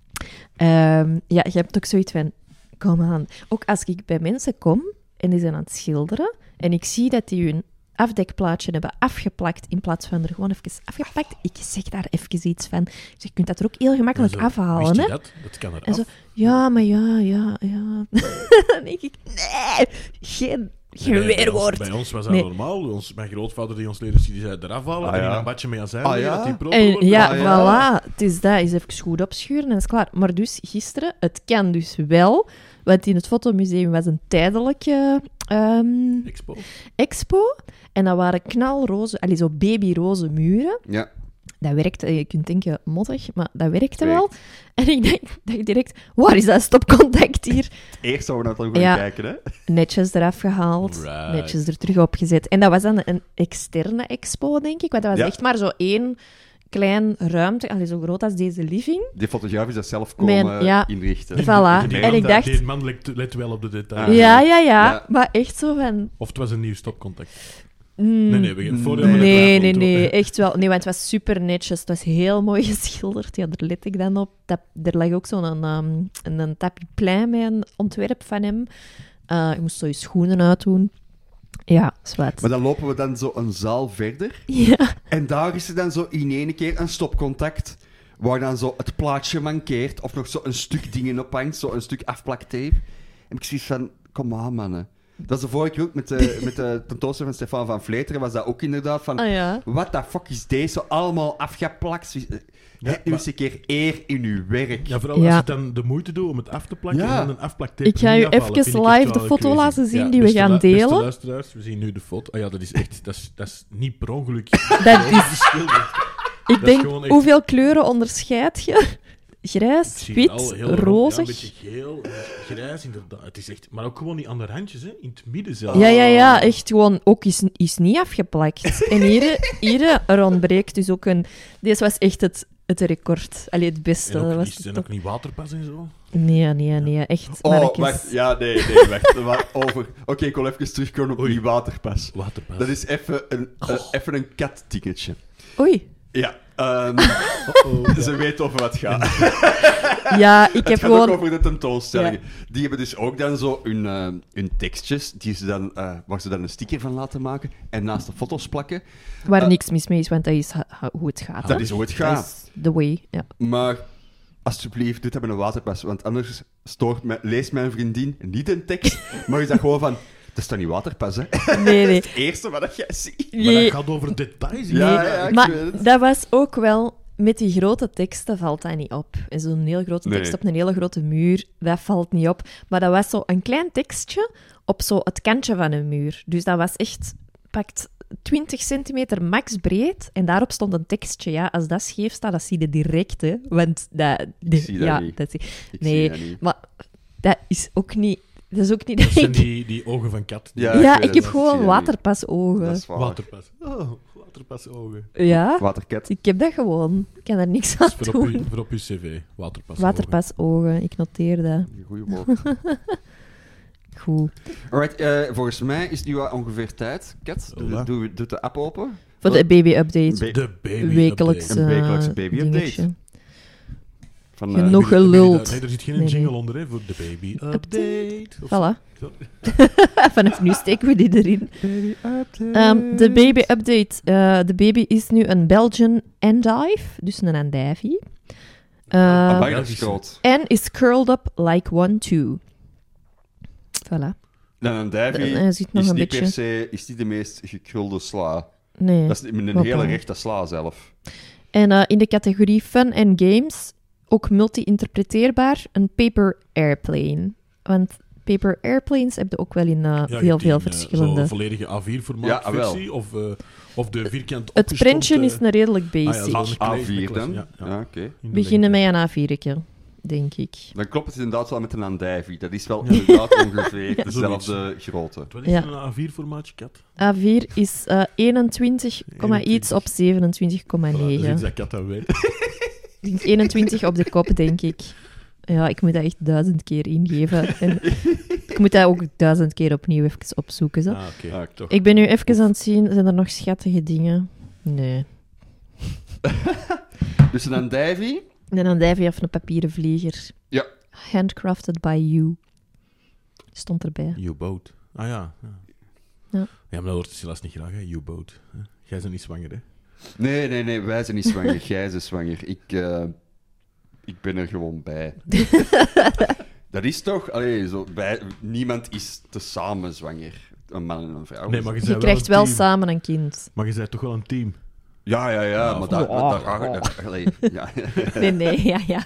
je hebt ook zoiets van, kom aan. Ook als ik bij mensen kom en die zijn aan het schilderen en ik zie dat die hun afdekplaatje hebben afgeplakt in plaats van er gewoon even afgeplakt. Ik zeg daar even iets van. Ik zeg, je kunt dat er ook heel gemakkelijk En zo, afhalen. wist je Hè? dat? Dat kan er En af. zo, ja, maar ja. Dan denk ik, nee, geen Nee, weerwoord. Bij ons was dat Nee. normaal. Mijn grootvader die ons leerde, die zei eraf halen. Ah, en in ja. een badje met azijn Ah, leggen, ja? dat die proper En wordt. ja, Ah, ja. voilà. Dus dat is even goed opschuren en dat is klaar. Maar dus gisteren, het kan dus wel, want in het fotomuseum was een tijdelijke expo. En dat waren knalroze, zo babyroze muren. Ja. Dat werkte, je kunt denken moddig, maar dat werkte Werkt. wel. En ik dacht direct, waar is dat stopcontact hier? Eerst zouden we naar het gaan Ja. kijken, hè. Netjes eraf gehaald, Right. netjes er terug opgezet. En dat was dan een externe expo, denk ik. Want dat was Ja. echt maar zo één klein ruimte, zo groot als deze living. Die fotograaf is dat zelf komen Ja. inrichten. Voilà. Die En man- ik dacht- Die man let wel op de details. Ah, Ja, ja. ja, Ja. maar echt zo van... Of het was een nieuw stopcontact. Nee, echt wel. Nee, want het was super netjes. Het was heel mooi geschilderd. Ja, daar let ik dan op. Er lag ook zo'n een tapijt met een ontwerp van hem. Je moest zo je schoenen uitdoen. Ja, zwart. Maar dan lopen we dan zo een zaal verder. Ja. En daar is er dan zo in één keer een stopcontact. Waar dan zo het plaatje mankeert. Of nog zo een stuk dingen op hangt. Zo een stuk afplaktape. En ik zoiets van, kom aan, mannen. Dat is de vorige keer ook met de tentoonstelling van Stefan van Vleteren. Was dat ook inderdaad van... What the fuck is deze? Allemaal afgeplakt. Heb nu eens een keer eer in uw werk. Ja, vooral als je dan de moeite doet om het af te plakken en dan een afplaktape. Ik ga u even live de foto laten zien die we gaan delen. Beste luisteraars, we zien nu de foto. Oh ja, dat is echt... Dat is niet per ongeluk. Dat is... Ik denk, hoeveel kleuren onderscheid je? Grijs, wit, rozig. Ja, een beetje geel, grijs, inderdaad. Het is echt... Maar ook gewoon die aan de randjes, hè. In het midden zelf. Ja, echt gewoon... Ook is niet afgeplakt. En hier er ontbreekt dus ook een... Deze was echt het record. Allee, het beste. En ook, was zijn ook niet waterpas en zo? Nee, echt. Oh, wacht. Ja, nee, wacht. Oké, ik wil even terugkomen op die waterpas. Dat is even een katdingetje. Oei. Ja. Ze weten over wat het gaat. Ja, ik heb het gaat gewoon... ook over de tentoonstellingen. Ja. Die hebben dus ook dan zo hun tekstjes, die ze dan, waar ze dan een sticker van laten maken en naast de foto's plakken. Waar niks mis mee is, want dat is hoe het gaat. Dat is hoe het gaat. Dat is the way, ja. Maar alsjeblieft, doe dat met een waterpas, want anders leest mijn vriendin niet een tekst, maar is dat gewoon van... Dat is toch niet waterpas, hè? Nee. Het eerste wat jij ziet. Maar dat gaat over details. Ja, maar dat was ook wel... Met die grote teksten valt dat niet op. En zo'n heel grote tekst op een hele grote muur, dat valt niet op. Maar dat was zo een klein tekstje op zo het kantje van een muur. Dus dat was echt... Pakt 20 centimeter max breed. En daarop stond een tekstje. Ja, als dat scheef staat, dat zie je direct, hè. Want dat... Ik zie dat niet. Nee, maar dat is ook niet... Dat is ook niet... Dat zijn die ogen van kat. Ja, ik heb gewoon waterpasogen. Dat is waar. Waterpas. Oh, waterpasogen. Ja, waterket. Ik heb dat gewoon. Ik kan er niks aan doen. Voor op je cv. Waterpasogen, ik noteer dat. Goeie woord. Goed. Alright, volgens mij is het nu ongeveer tijd. Kat, doe de app open. Voor de baby-update. De wekelijkse baby-update. Nog geluld. Nee, er zit geen jingle onder, hè, voor de baby-update. Voilà. Vanaf nu steken we die erin. De baby-update. De baby is nu een Belgian endive, dus een andijvie. Dat is groot. En is curled up like one too. Voilà. Dan een andijvie is niet de meest gekrulde sla. Nee. Dat is een hele rechte sla zelf. En in de categorie fun and games, ook multi-interpreteerbaar, een paper airplane. Want paper airplanes heb je ook wel in veel verschillende... Zo'n volledige A4-formaat versie? Of de vierkant Het printje is een redelijk basic. A4 dan? Ja, oké. Beginnen met een A4'tje, denk ik. Dan klopt het inderdaad wel met een andijvie. Dat is wel inderdaad ongeveer dezelfde grootte. Wat is een A4-formaatje, Kat? A4 is 21, iets op 27,9. Dat is dat Kat dat weet. 21 op de kop, denk ik. Ja, ik moet dat echt 1000 keer ingeven. En ik moet dat ook 1000 keer opnieuw even opzoeken. Zo. Toch. Ik ben nu even aan het zien, zijn er nog schattige dingen? Nee. Dus een andijvie? Een andijvie of een papieren vlieger. Ja. Handcrafted by you. Stond erbij. U-boat. Ah ja. Ja, maar dat hoort helaas niet graag, hè. U-boat. Jij bent niet zwanger, hè? Nee, wij zijn niet zwanger. Jij bent zwanger. Ik ben er gewoon bij. Dat is toch... niemand is tezamen zwanger. Een man en een vrouw. Nee, maar je krijgt wel samen een kind. Maar je bent toch wel een team? Ja, maar daar ga ik... Nee, ja.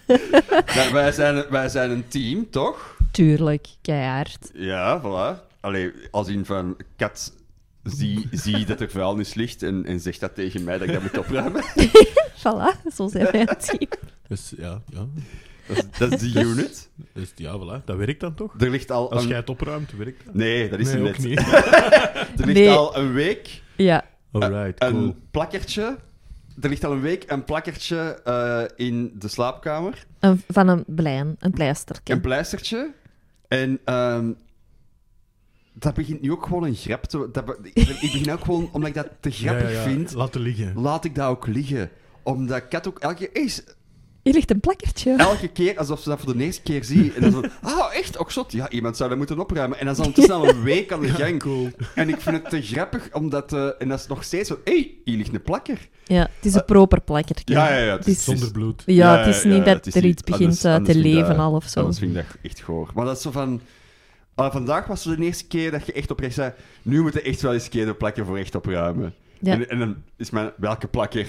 Wij zijn een team, toch? Tuurlijk, keihard. Ja, voilà. Als in van... Kat, zie dat er vuilnis ligt en zeg dat tegen mij dat ik dat moet opruimen. Voilà, zo zijn wij een team. Dus, ja. Dat is de unit. Dus, ja, voilà. Dat werkt dan toch? Er ligt al Als jij het opruimt, werkt dat? Nee, dat is ook net. niet. Er ligt al een week Alright, cool. een plakkertje. Er ligt al een week een plakkertje in de slaapkamer. Van een pleistertje. Een pleistertje. En dat begint nu ook gewoon een grap te... Ik begin ook gewoon, omdat ik dat te grappig vind... Laten liggen. Laat ik dat ook liggen. Omdat ik had ook elke keer... Hier ligt een plakkertje. Elke keer, alsof ze dat voor de eerste keer zien. En dan zo... echt? Ook zot? Ja, iemand zou dat moeten opruimen. En dan is al te snel een week aan de gang. Cool. En ik vind het te grappig, omdat... en dat is nog steeds zo... hier ligt een plakker. Ja, het is een proper plakkertje. Ja. Het is Zonder bloed. Ja, het is niet dat is er niet- iets begint anders te vind ik leven dat- al of zo. Anders vind ik dat echt goor. Maar dat is zo van... vandaag was het de eerste keer dat je echt oprecht zei... Nu moet je echt wel eens een keer de plakker voor echt opruimen. Ja. En dan is mijn... Welke plakker?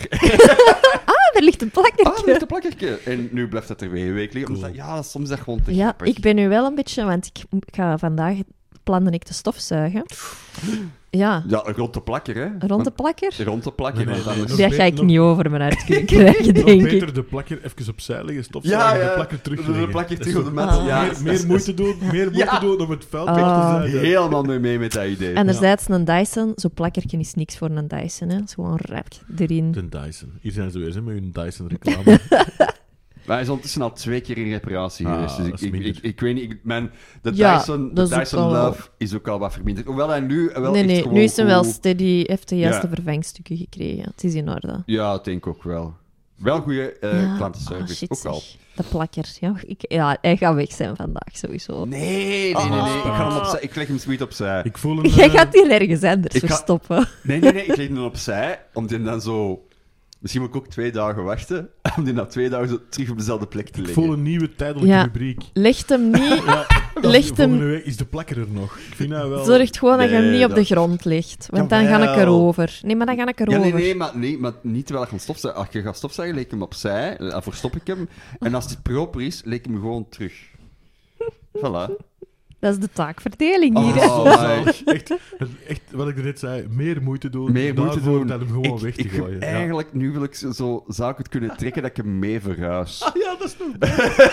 Er ligt een plakkertje. dat ligt een plakkertje. En nu blijft dat er weer een week liggen. Cool. Omdat, ja, soms is dat gewoon te Ja, grappig. ik ben nu wel een beetje... Want ik ga vandaag... Plande ik te stofzuigen. Ja, Ja, rond de plakker, hè? rond de plakker. Rond de plakker. Nee, want nee, anders- nee. Dat ga ik nog- niet over mijn hart kunnen krijgen, Nog denk ik. beter de plakker even opzij leggen, stofzuigen, de plakker terugleggen. De plakker Dat is terug op de zo- mat. Ah. Ja, meer moeite doen om het veld weg te zuigen. helemaal mee met dat idee. Anderzijds, een Dyson, zo'n plakkertje is niks voor een Dyson. Hè. Het is gewoon rap erin. De Dyson. Hier zijn ze weer, hè, met hun Dyson-reclame. Maar hij is ondertussen al 2 keer in reparatie Ah, geweest. Dus dat is minder. ik weet niet... De Ja, Dyson, dat is ook al- Love is ook al wat verminderd. Hoewel hij nu wel Nee, echt nee, gewoon nu is hem wel goed- steady. Heeft de juiste Ja. vervangstukken gekregen. Het is in orde. Ja, ik denk ook wel. Wel goede Ja. klantenservice. Shit, ook al. zeg. De plakker. Ja, hij gaat weg zijn vandaag, sowieso. Nee. Ik ga hem opzij. Ik leg hem sweet opzij. Ik voel een... Jij gaat die ergens anders ik ga- verstoppen. Nee. Ik leg hem opzij, om die dan zo... Misschien moet ik ook 2 dagen wachten, om die na 2 dagen zo terug op dezelfde plek te Ik leggen. voel een nieuwe tijdelijke Ja. rubriek. Leg hem niet... Ja, Legt hem- volgende week is de plakker er nog. Ik vind dat wel... Zorg gewoon dat je hem Nee, niet op de dat- grond legt. Want dan ga ik Jawel. erover. Nee, maar dan ga ik Ja, erover. nee, maar niet terwijl ik ga stofzuigen. Als je gaat stofzuigen, leg ik hem opzij, daarvoor stop ik hem. En als dit proper is, leg ik hem gewoon terug. Voilà. Dat is de taakverdeling hier. hè. Oh, my. Echt, wat ik net zei, meer moeite doen. Meer moeite daarvoor doen. dan hem gewoon weg te ik gooien. Ja. Eigenlijk, nu wil ik zo... Zou ik het kunnen trekken dat ik hem mee verhuis? Ah ja, dat is nog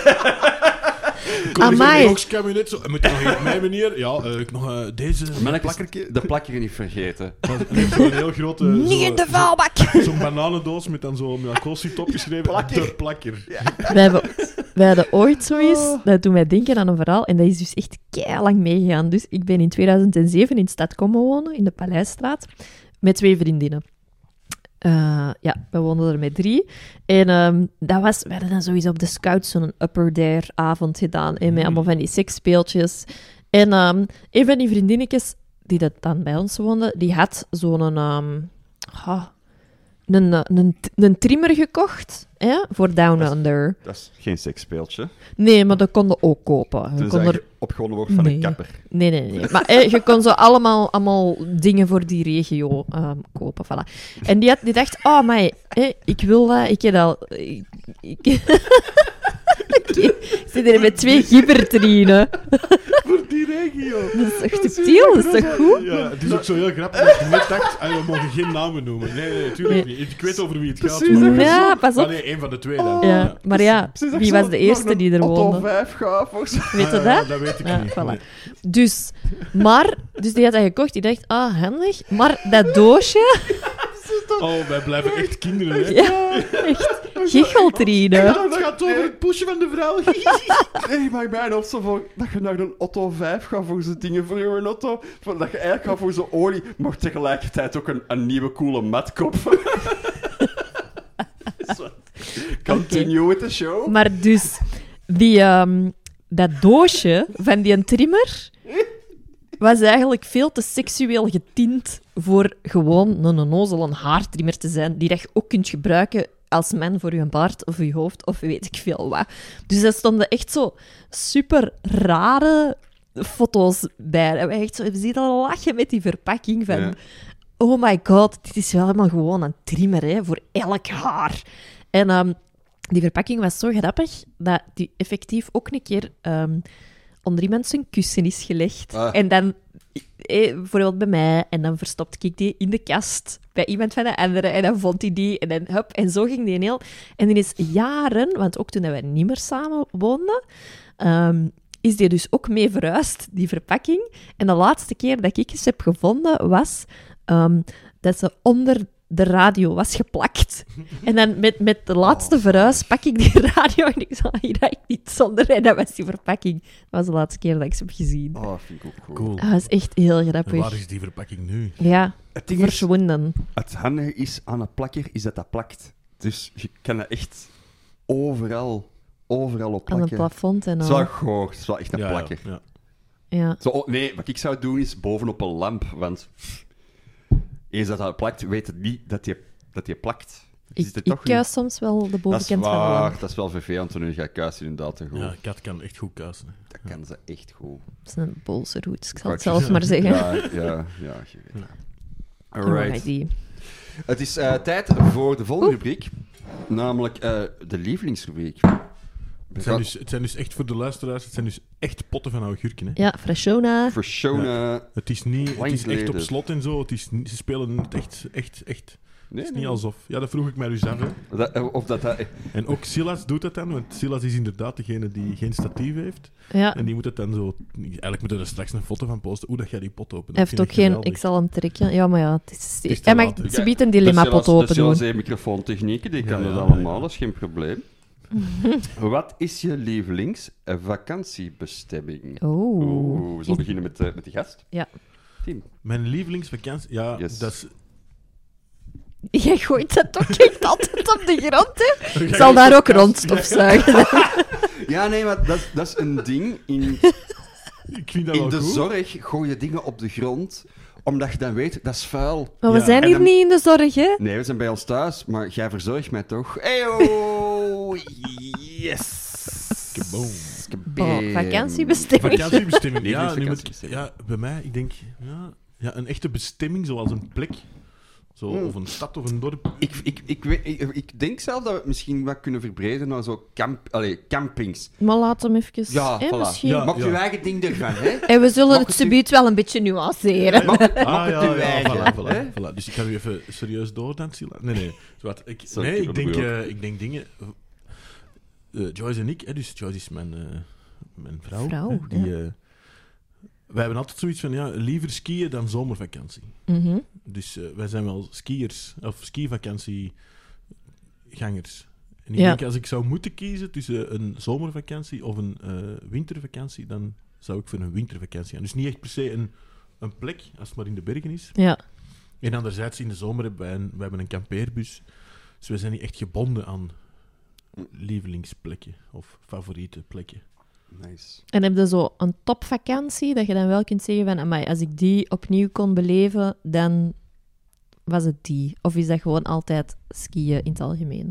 Amai. Een boxkabinet, zo. Moet je nog op mijn manier? Ja, ik nog deze plakkertje. De plakker niet vergeten. Dat is zo'n heel grote... Niet in de vuilbak! Zo'n bananendoos met dan zo'n koolsuit opgeschreven. Plakker. De plakker. Wij hadden ooit zoiets, dat doet mij denken aan een verhaal, en dat is dus echt keilang meegegaan. Dus ik ben in 2007 in Stad komen wonen, in de Paleisstraat, met 2 vriendinnen. We woonden er met 3. En we hadden dan sowieso op de Scouts zo'n Upper Dare avond gedaan, en met allemaal van die seksspeeltjes. En een van die vriendinnetjes, die dat dan bij ons woonde, die had zo'n... een trimmer gekocht, hè, voor Down Under. Dat is geen seksspeeltje. Nee, maar dat kon je ook kopen. Je Toen kon je er... opgewonden wordt van Nee. een kapper. Nee. Maar je kon zo allemaal dingen voor die regio kopen. Voilà. En die dacht, oh, maar ik wil dat. Ik heb al... Ik zit hier met 2 gibbertrinen. Voor die regio. Dat is toch subtiel? Dat is toch goed? Ja, het is ook zo heel grappig dat je net dacht, we mogen geen namen noemen. Nee, tuurlijk niet. Ik weet over wie het gaat. Precies, maar- Ja, pas op. Ah, nee, één van de 2 dan. Ja, maar ja, Precies, dat wie ik was zo de eerste nog die er een Otto woonde? 5 ga voor zo. Weet je Ah, dat? dat weet ik Ja, niet. voilà. Nee. Dus die had dat gekocht. Die dacht, handig. Maar dat doosje... Oh, wij blijven echt kinderen, hè. Ja, echt. Gicheltrine. Het gaat over het pushen van de vrouw. Nee, maar mijn hoofd zo voor dat je naar een Otto 5 gaat voor zo'n dingen voor je auto. Dat je eigenlijk gaat voor zo'n olie, maar tegelijkertijd ook een nieuwe coole matkop. Continue with the show. Maar dus, dat doosje van die trimmer was eigenlijk veel te seksueel getint voor gewoon een onnozele haartrimmer te zijn, die dat je ook kunt gebruiken als man voor je baard of je hoofd of weet ik veel wat. Dus er stonden echt zo super rare foto's bij. En wij echt zo, we zien al lachen met die verpakking van... Ja. Oh my god, dit is wel helemaal gewoon een trimmer, hè, voor elk haar. En die verpakking was zo grappig dat die effectief ook een keer onder iemand zijn kussen is gelegd. Ah. En dan, bijvoorbeeld bij mij, en dan verstopte ik die in de kast bij iemand van de andere. En dan vond hij die, en dan hup, en zo ging die een heel... En die is jaren, want ook toen wij niet meer samen woonden, is die dus ook mee verhuisd, die verpakking. En de laatste keer dat ik eens heb gevonden was dat ze onder de radio was geplakt. En dan met de laatste verhuis pak ik die radio en ik zei, hier ga ik niet zonder. En dat was die verpakking. Dat was de laatste keer dat ik ze heb gezien. Oh, vind ik ook cool. Dat was echt heel En grappig. waar is die verpakking nu? Ja, Het ding is, verschwonden. het handige is aan een plakker is dat plakt. Dus je kan dat echt overal op Aan het plakken. plafond en Het is wel al. goor, het is wel echt een plakker. Ja. Ja. Zo, nee, wat ik zou doen is bovenop een lamp, want eens dat plakt, weet het niet dat je plakt. Ik kuis soms wel de Dat is bovenkant van de waar, lamp. dat is wel vervelend toen je gaat kuisen, inderdaad. Goed. Ja, kat kan echt goed kuisen. Dat kan ze echt goed. Dat is een bolse roots, ik zal het Kwartjes. zelf maar zeggen. Ja, je weet het. Alright. Alrighty. Het is tijd voor de volgende rubriek, namelijk de lievelingsrubriek. Het zijn dus echt voor de luisteraars, het zijn dus echt potten van augurken. Hè. Ja, Freshona. Verschonen. Het is niet, het Lang is echt op geleden. slot en zo. Het is, ze spelen het echt. Het is niet alsof. Ja, dat vroeg ik mij dus af. Hè. Of dat... En ook Silas doet dat dan, want Silas is inderdaad degene die geen statief heeft. Ja. En die moet het dan zo... Eigenlijk moeten we er straks een foto van posten. Hoe dat jij die pot opent. Hij heeft ook geen... Ik zal hem trekken. Ja, maar ja, het is... is te Hij mag laat, hè. ze biedt een dilemma-pot open doen. Dat is microfoontechnieken, die kan Ja, dat ja, allemaal, ja. dat is geen probleem. Wat is je lievelingsvakantiebestemming? Oh. We zullen beginnen met de gast. Ja. Tim. Mijn lievelingsvakantie... Ja, Yes. dat is... Jij gooit dat toch echt altijd op de grond, hè? Ik zal daar ook rondstofzuigen. Ja, nee, maar dat is een ding. Ik vind dat In wel de goed. zorg gooi je dingen op de grond, omdat je dan weet, dat is vuil. Maar we Ja. zijn En hier dan- niet in de zorg, hè? Nee, we zijn bij ons thuis, maar jij verzorgt mij toch? Eyo! Yes! Kaboom. Oh, vakantiebestemming. Vakantiebestemming. Ja, nu moet, Lievelingsvakantiebestemming. ja, bij mij, ik denk... Ja, een echte bestemming, zoals een plek. Zo, of een stad of een dorp. Ik denk zelf dat we het misschien wat kunnen verbreden naar zo campings. Maar laat hem even... Ja, hè, voilà. misschien. Ja. Maak je eigen ding ervan, hè? En we zullen Mag het het subiet wel een beetje nuanceren. Mag het ja, uw eigen, hè? voilà. Dus ik ga nu even serieus doordansen. Nee. Zwart. Sorry, Nee, dat bedoel ik denk dingen... Joyce en ik, hè, dus Joyce is mijn vrouw. Vrouw, hè, die, wij hebben altijd zoiets van, ja, liever skiën dan zomervakantie. Mhm. Dus wij zijn wel skiers, of skivakantiegangers. En ik Ja. denk, als ik zou moeten kiezen tussen een zomervakantie of een wintervakantie, dan zou ik voor een wintervakantie gaan. Dus niet echt per se een plek, als het maar in de bergen is. Ja. En anderzijds, in de zomer hebben wij een kampeerbus. Dus we zijn niet echt gebonden aan lievelingsplekken of favoriete plekken. Nice. En heb je zo een topvakantie, dat je dan wel kunt zeggen van, amai, als ik die opnieuw kon beleven, dan was het die? Of is dat gewoon altijd skiën in het algemeen?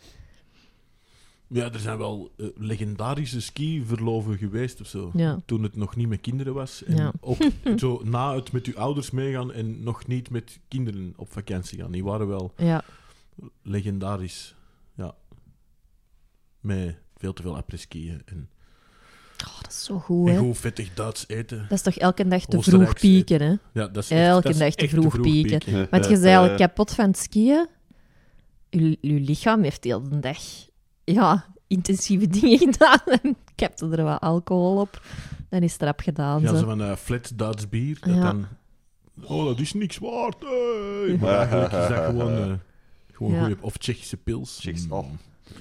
Ja, er zijn wel legendarische skiverloven geweest of zo. Ja. Toen het nog niet met kinderen was. En Ja. ook zo na het met uw ouders meegaan en nog niet met kinderen op vakantie gaan. Die waren wel Ja. legendarisch. Ja. Met veel te veel après-skiën en, Oh, dat is zo goed, en hè? gewoon vettig Duits eten. Dat is toch elke dag te Oostenrijks vroeg pieken, hè? Ja, dat is Elke dat is dag te echt vroeg pieken. Want je bent eigenlijk kapot van het skiën. Je lichaam heeft de hele dag intensieve dingen gedaan. En ik heb er wat alcohol op. Dan is het erop gedaan. Ja, zo. zo van flat Duits bier. Dat Ja. dan... Oh, dat is niks waard. Hey. Maar eigenlijk is dat gewoon Ja. goeie... Of Tsjechische pils. Tsjechische- oh.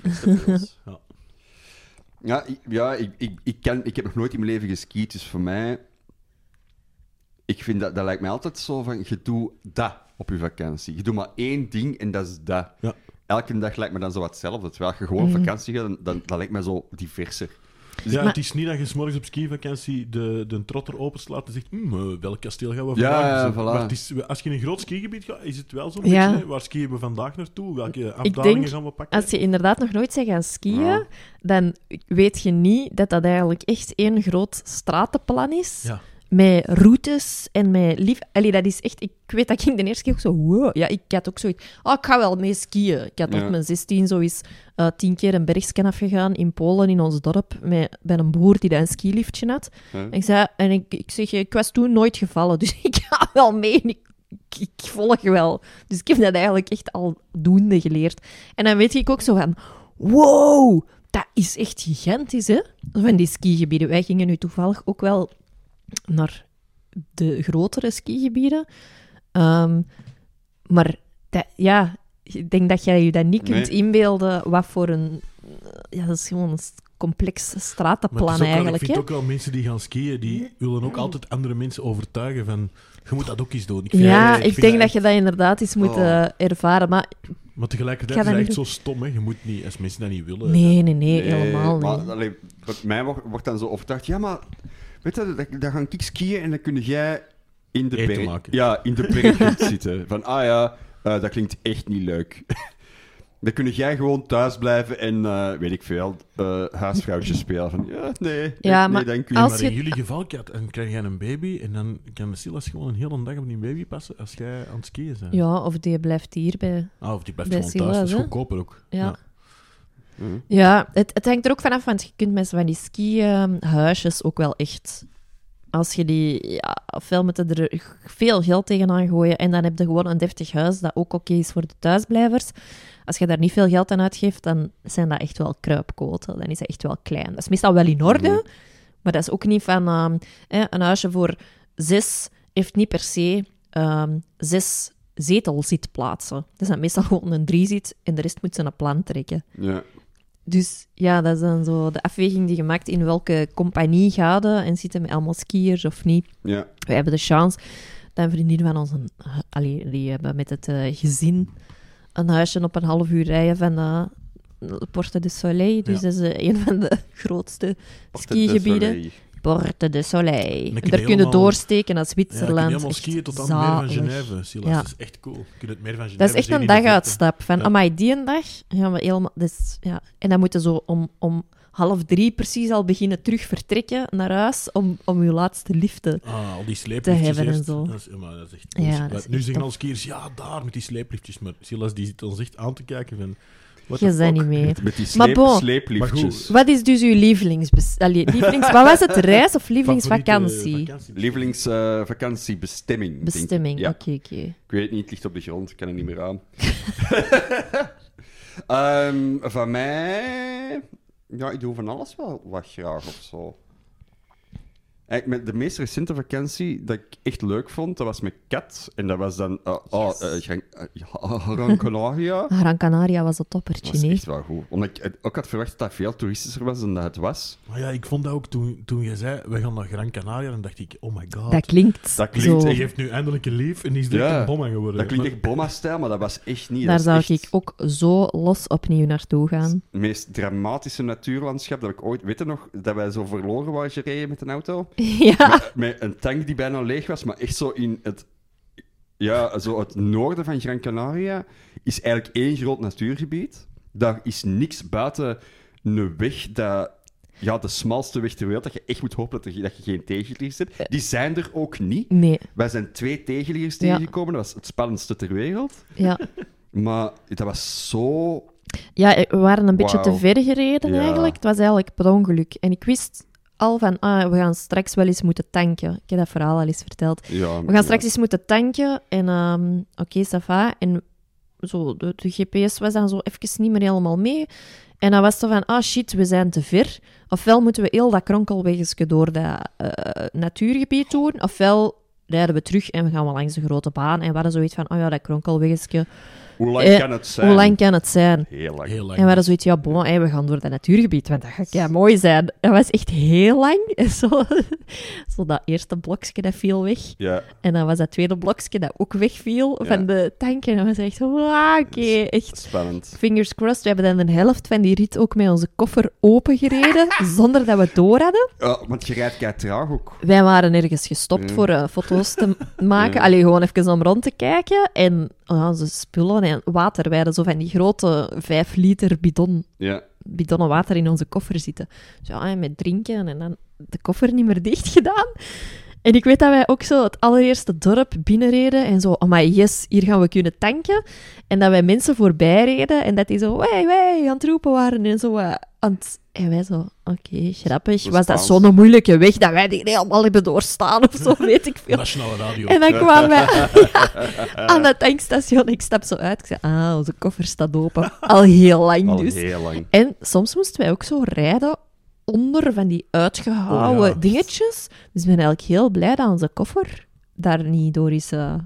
Ja. Ik heb nog nooit in mijn leven geskiet, dus voor mij... Ik vind dat lijkt mij altijd zo van, je doet dat op je vakantie. Je doet maar één ding en dat is dat. Ja. Elke dag lijkt me dan zo wat hetzelfde. Terwijl je gewoon op vakantie gaat, dan lijkt mij zo diverser. Ja, Maar- het is niet dat je 's morgens op skivakantie de trotter openslaat en zegt welk kasteel gaan we Ja, vandaag ja, bezoeken? voilà. Maar het is, als je in een groot skigebied gaat, is het wel zo'n Ja. beetje, hè, waar skiën we vandaag naartoe? Welke Ik afdalingen denk, gaan we pakken? als je inderdaad nog nooit bent gaan skiën, Ja. dan weet je niet dat dat eigenlijk echt één groot stratenplan is. Ja. Met routes en met lief... Allee, dat is echt... Ik weet dat ik de eerste keer ook zo... Wow. Ja, ik had ook zoiets... Oh, ik ga wel mee skiën. Ik had Ja. op mijn 16 zo eens 10 keer een bergscan afgegaan in Polen, in ons dorp, bij een boer die daar een skiliftje had. Huh? En ik zeg, ik was toen nooit gevallen, dus ik ga wel mee en ik volg wel. Dus ik heb dat eigenlijk echt al doende geleerd. En dan weet ik ook zo van... Wow, dat is echt gigantisch, hè? Van die skigebieden. Wij gingen nu toevallig ook wel naar de grotere skigebieden. Maar ik denk dat jij je dat niet kunt inbeelden wat voor een... Ja, dat is gewoon een complex stratenplan eigenlijk. Ik vind ook wel mensen die gaan skiën, die willen ook altijd andere mensen overtuigen van... Je moet dat ook eens doen. Ik denk dat je dat inderdaad eens moet ervaren, maar tegelijkertijd is het echt zo stom, hè. Je moet niet, als mensen dat niet willen... Nee, helemaal maar, niet. Allee, bij mij wordt dan zo overtuigd, ja, maar... Weet je, dan ga ik skiën en dan kun jij in de berg zitten. Van, dat klinkt echt niet leuk. Dan kun jij gewoon thuis blijven en, weet ik veel, huisvrouwtjes spelen. Van, maar dan kun je... Maar in jullie geval, Kat, en krijg jij een baby en dan kan Silas gewoon een hele dag op die baby passen als jij aan het skiën bent. Ja, of die blijft hier bij of die blijft gewoon Silas, thuis. Dat is goedkoper ook. Ja, het hangt er ook vanaf, want je kunt met van die ski-huisjes ook wel echt... Als je die... ofwel moeten er veel geld tegenaan gooien en dan heb je gewoon een deftig huis dat ook oké is voor de thuisblijvers. Als je daar niet veel geld aan uitgeeft, dan zijn dat echt wel kruipkoten. Dan is dat echt wel klein. Dat is meestal wel in orde, maar dat is ook niet van... een huisje voor 6 heeft niet per se 6 zetelzitplaatsen. Dat is dan meestal gewoon een 3-zit en de rest moet ze een plan trekken. Ja. Dus ja, dat is dan zo de afweging die je maakt in welke compagnie gaat en zitten met allemaal skiers of niet. Ja. We hebben de chance dat een vriendin van ons, die hebben met het gezin een huisje op een half uur rijden van Porte de Soleil. Dus dat is een van de grootste skigebieden. Porte de Soleil. Daar kun je doorsteken naar Zwitserland. Ja, helemaal skiën tot aan het meer van Genève, Silas. Dat is echt cool. Je kunt het meer van Genève dat is echt een daguitstap. Van, amai, die een dag gaan we helemaal... Dus, en dan moeten zo om 2:30 precies al beginnen terug vertrekken naar huis om je laatste liften al die sleepliftjes te hebben en zo. Dat is echt cool. Nu zeggen al skiers, daar met die sleepliftjes. Maar Silas die zit ons echt aan te kijken van... Je bent niet mee. Met die sleepliftjes. Wat is dus uw lievelings... Wat was het? Reis of lievelingsvakantie? Lievelingsvakantiebestemming. Bestemming, oké. Ik weet het niet, het ligt op de grond. Ik kan er niet meer aan. Van mij... Ja, ik doe van alles wel wat graag of zo. Eigenlijk de meest recente vakantie dat ik echt leuk vond, dat was met Kat. En dat was dan Gran Canaria. Gran Canaria was een toppertje, Dat was echt wel goed. Omdat ik ook had verwacht dat dat veel toeristischer was dan dat het was. Maar ja, ik vond dat ook toen je zei, we gaan naar Gran Canaria, dan dacht ik, oh my god. Dat klinkt zo. Hij heeft nu eindelijk een lief en die is direct een bomma geworden. Dat klinkt echt bomma-stijl, maar dat was echt niet. Daar zou ik ook zo los opnieuw naartoe gaan. Het meest dramatische natuurlandschap dat ik ooit... Weet je nog, dat wij zo verloren waren gereden met een auto? Ja. Met een tank die bijna leeg was, maar echt zo in het... Ja, zo het noorden van Gran Canaria is eigenlijk één groot natuurgebied. Daar is niks buiten een weg dat... Ja, de smalste weg ter wereld, dat je echt moet hopen dat je geen tegenliggers hebt. Die zijn er ook niet. Nee. Wij zijn 2 tegenliggers tegengekomen. Dat was het spannendste ter wereld. Ja. Maar dat was zo... Ja, we waren een beetje te ver gereden eigenlijk. Het was eigenlijk per ongeluk. En ik wist al van, we gaan straks wel eens moeten tanken. Ik heb dat verhaal al eens verteld. Ja, we gaan straks eens moeten tanken. En oké, ça va. En zo, de GPS was dan zo even niet meer helemaal mee. En dan was het van, shit, we zijn te ver. Ofwel moeten we heel dat kronkelwegje door dat natuurgebied doen, ofwel rijden we terug en we gaan wel langs de grote baan. En we hadden zoiets van, dat kronkelwegje... Hoe lang kan het zijn? Hoe lang kan het zijn? Heel lang. Heel lang. En we hadden zoiets, we gaan door dat natuurgebied, want dat gaat mooi zijn. Dat was echt heel lang. En zo dat eerste blokje, dat viel weg. Ja. En dan was dat tweede blokje dat ook wegviel van de tank. En dan was echt zo, oké, echt... Spannend. Fingers crossed. We hebben dan de helft van die rit ook met onze koffer opengereden, zonder dat we het door hadden. Ja, want je rijdt kei traag ook. Wij waren ergens gestopt voor foto's te maken. Ja. Allee, gewoon even om rond te kijken. En onze spullen en water. Wij hadden zo van die grote 5 liter bidonnen water in onze koffer zitten. Dus met drinken en dan de koffer niet meer dicht gedaan. En ik weet dat wij ook zo het allereerste dorp binnenreden en zo, yes, hier gaan we kunnen tanken. En dat wij mensen voorbij reden en dat die zo, wij aan het roepen waren en zo. En wij zo, oké, grappig. Was dat zo'n moeilijke weg dat wij die helemaal hebben doorstaan of zo, weet ik veel. Nationale radio. En dan kwamen wij aan dat tankstation. Ik stap zo uit. Ik zei, onze koffer staat open. Al heel lang dus. Heel lang. En soms moesten wij ook zo rijden onder van die uitgehouwen dingetjes. Dus ik ben eigenlijk heel blij dat onze koffer daar niet door is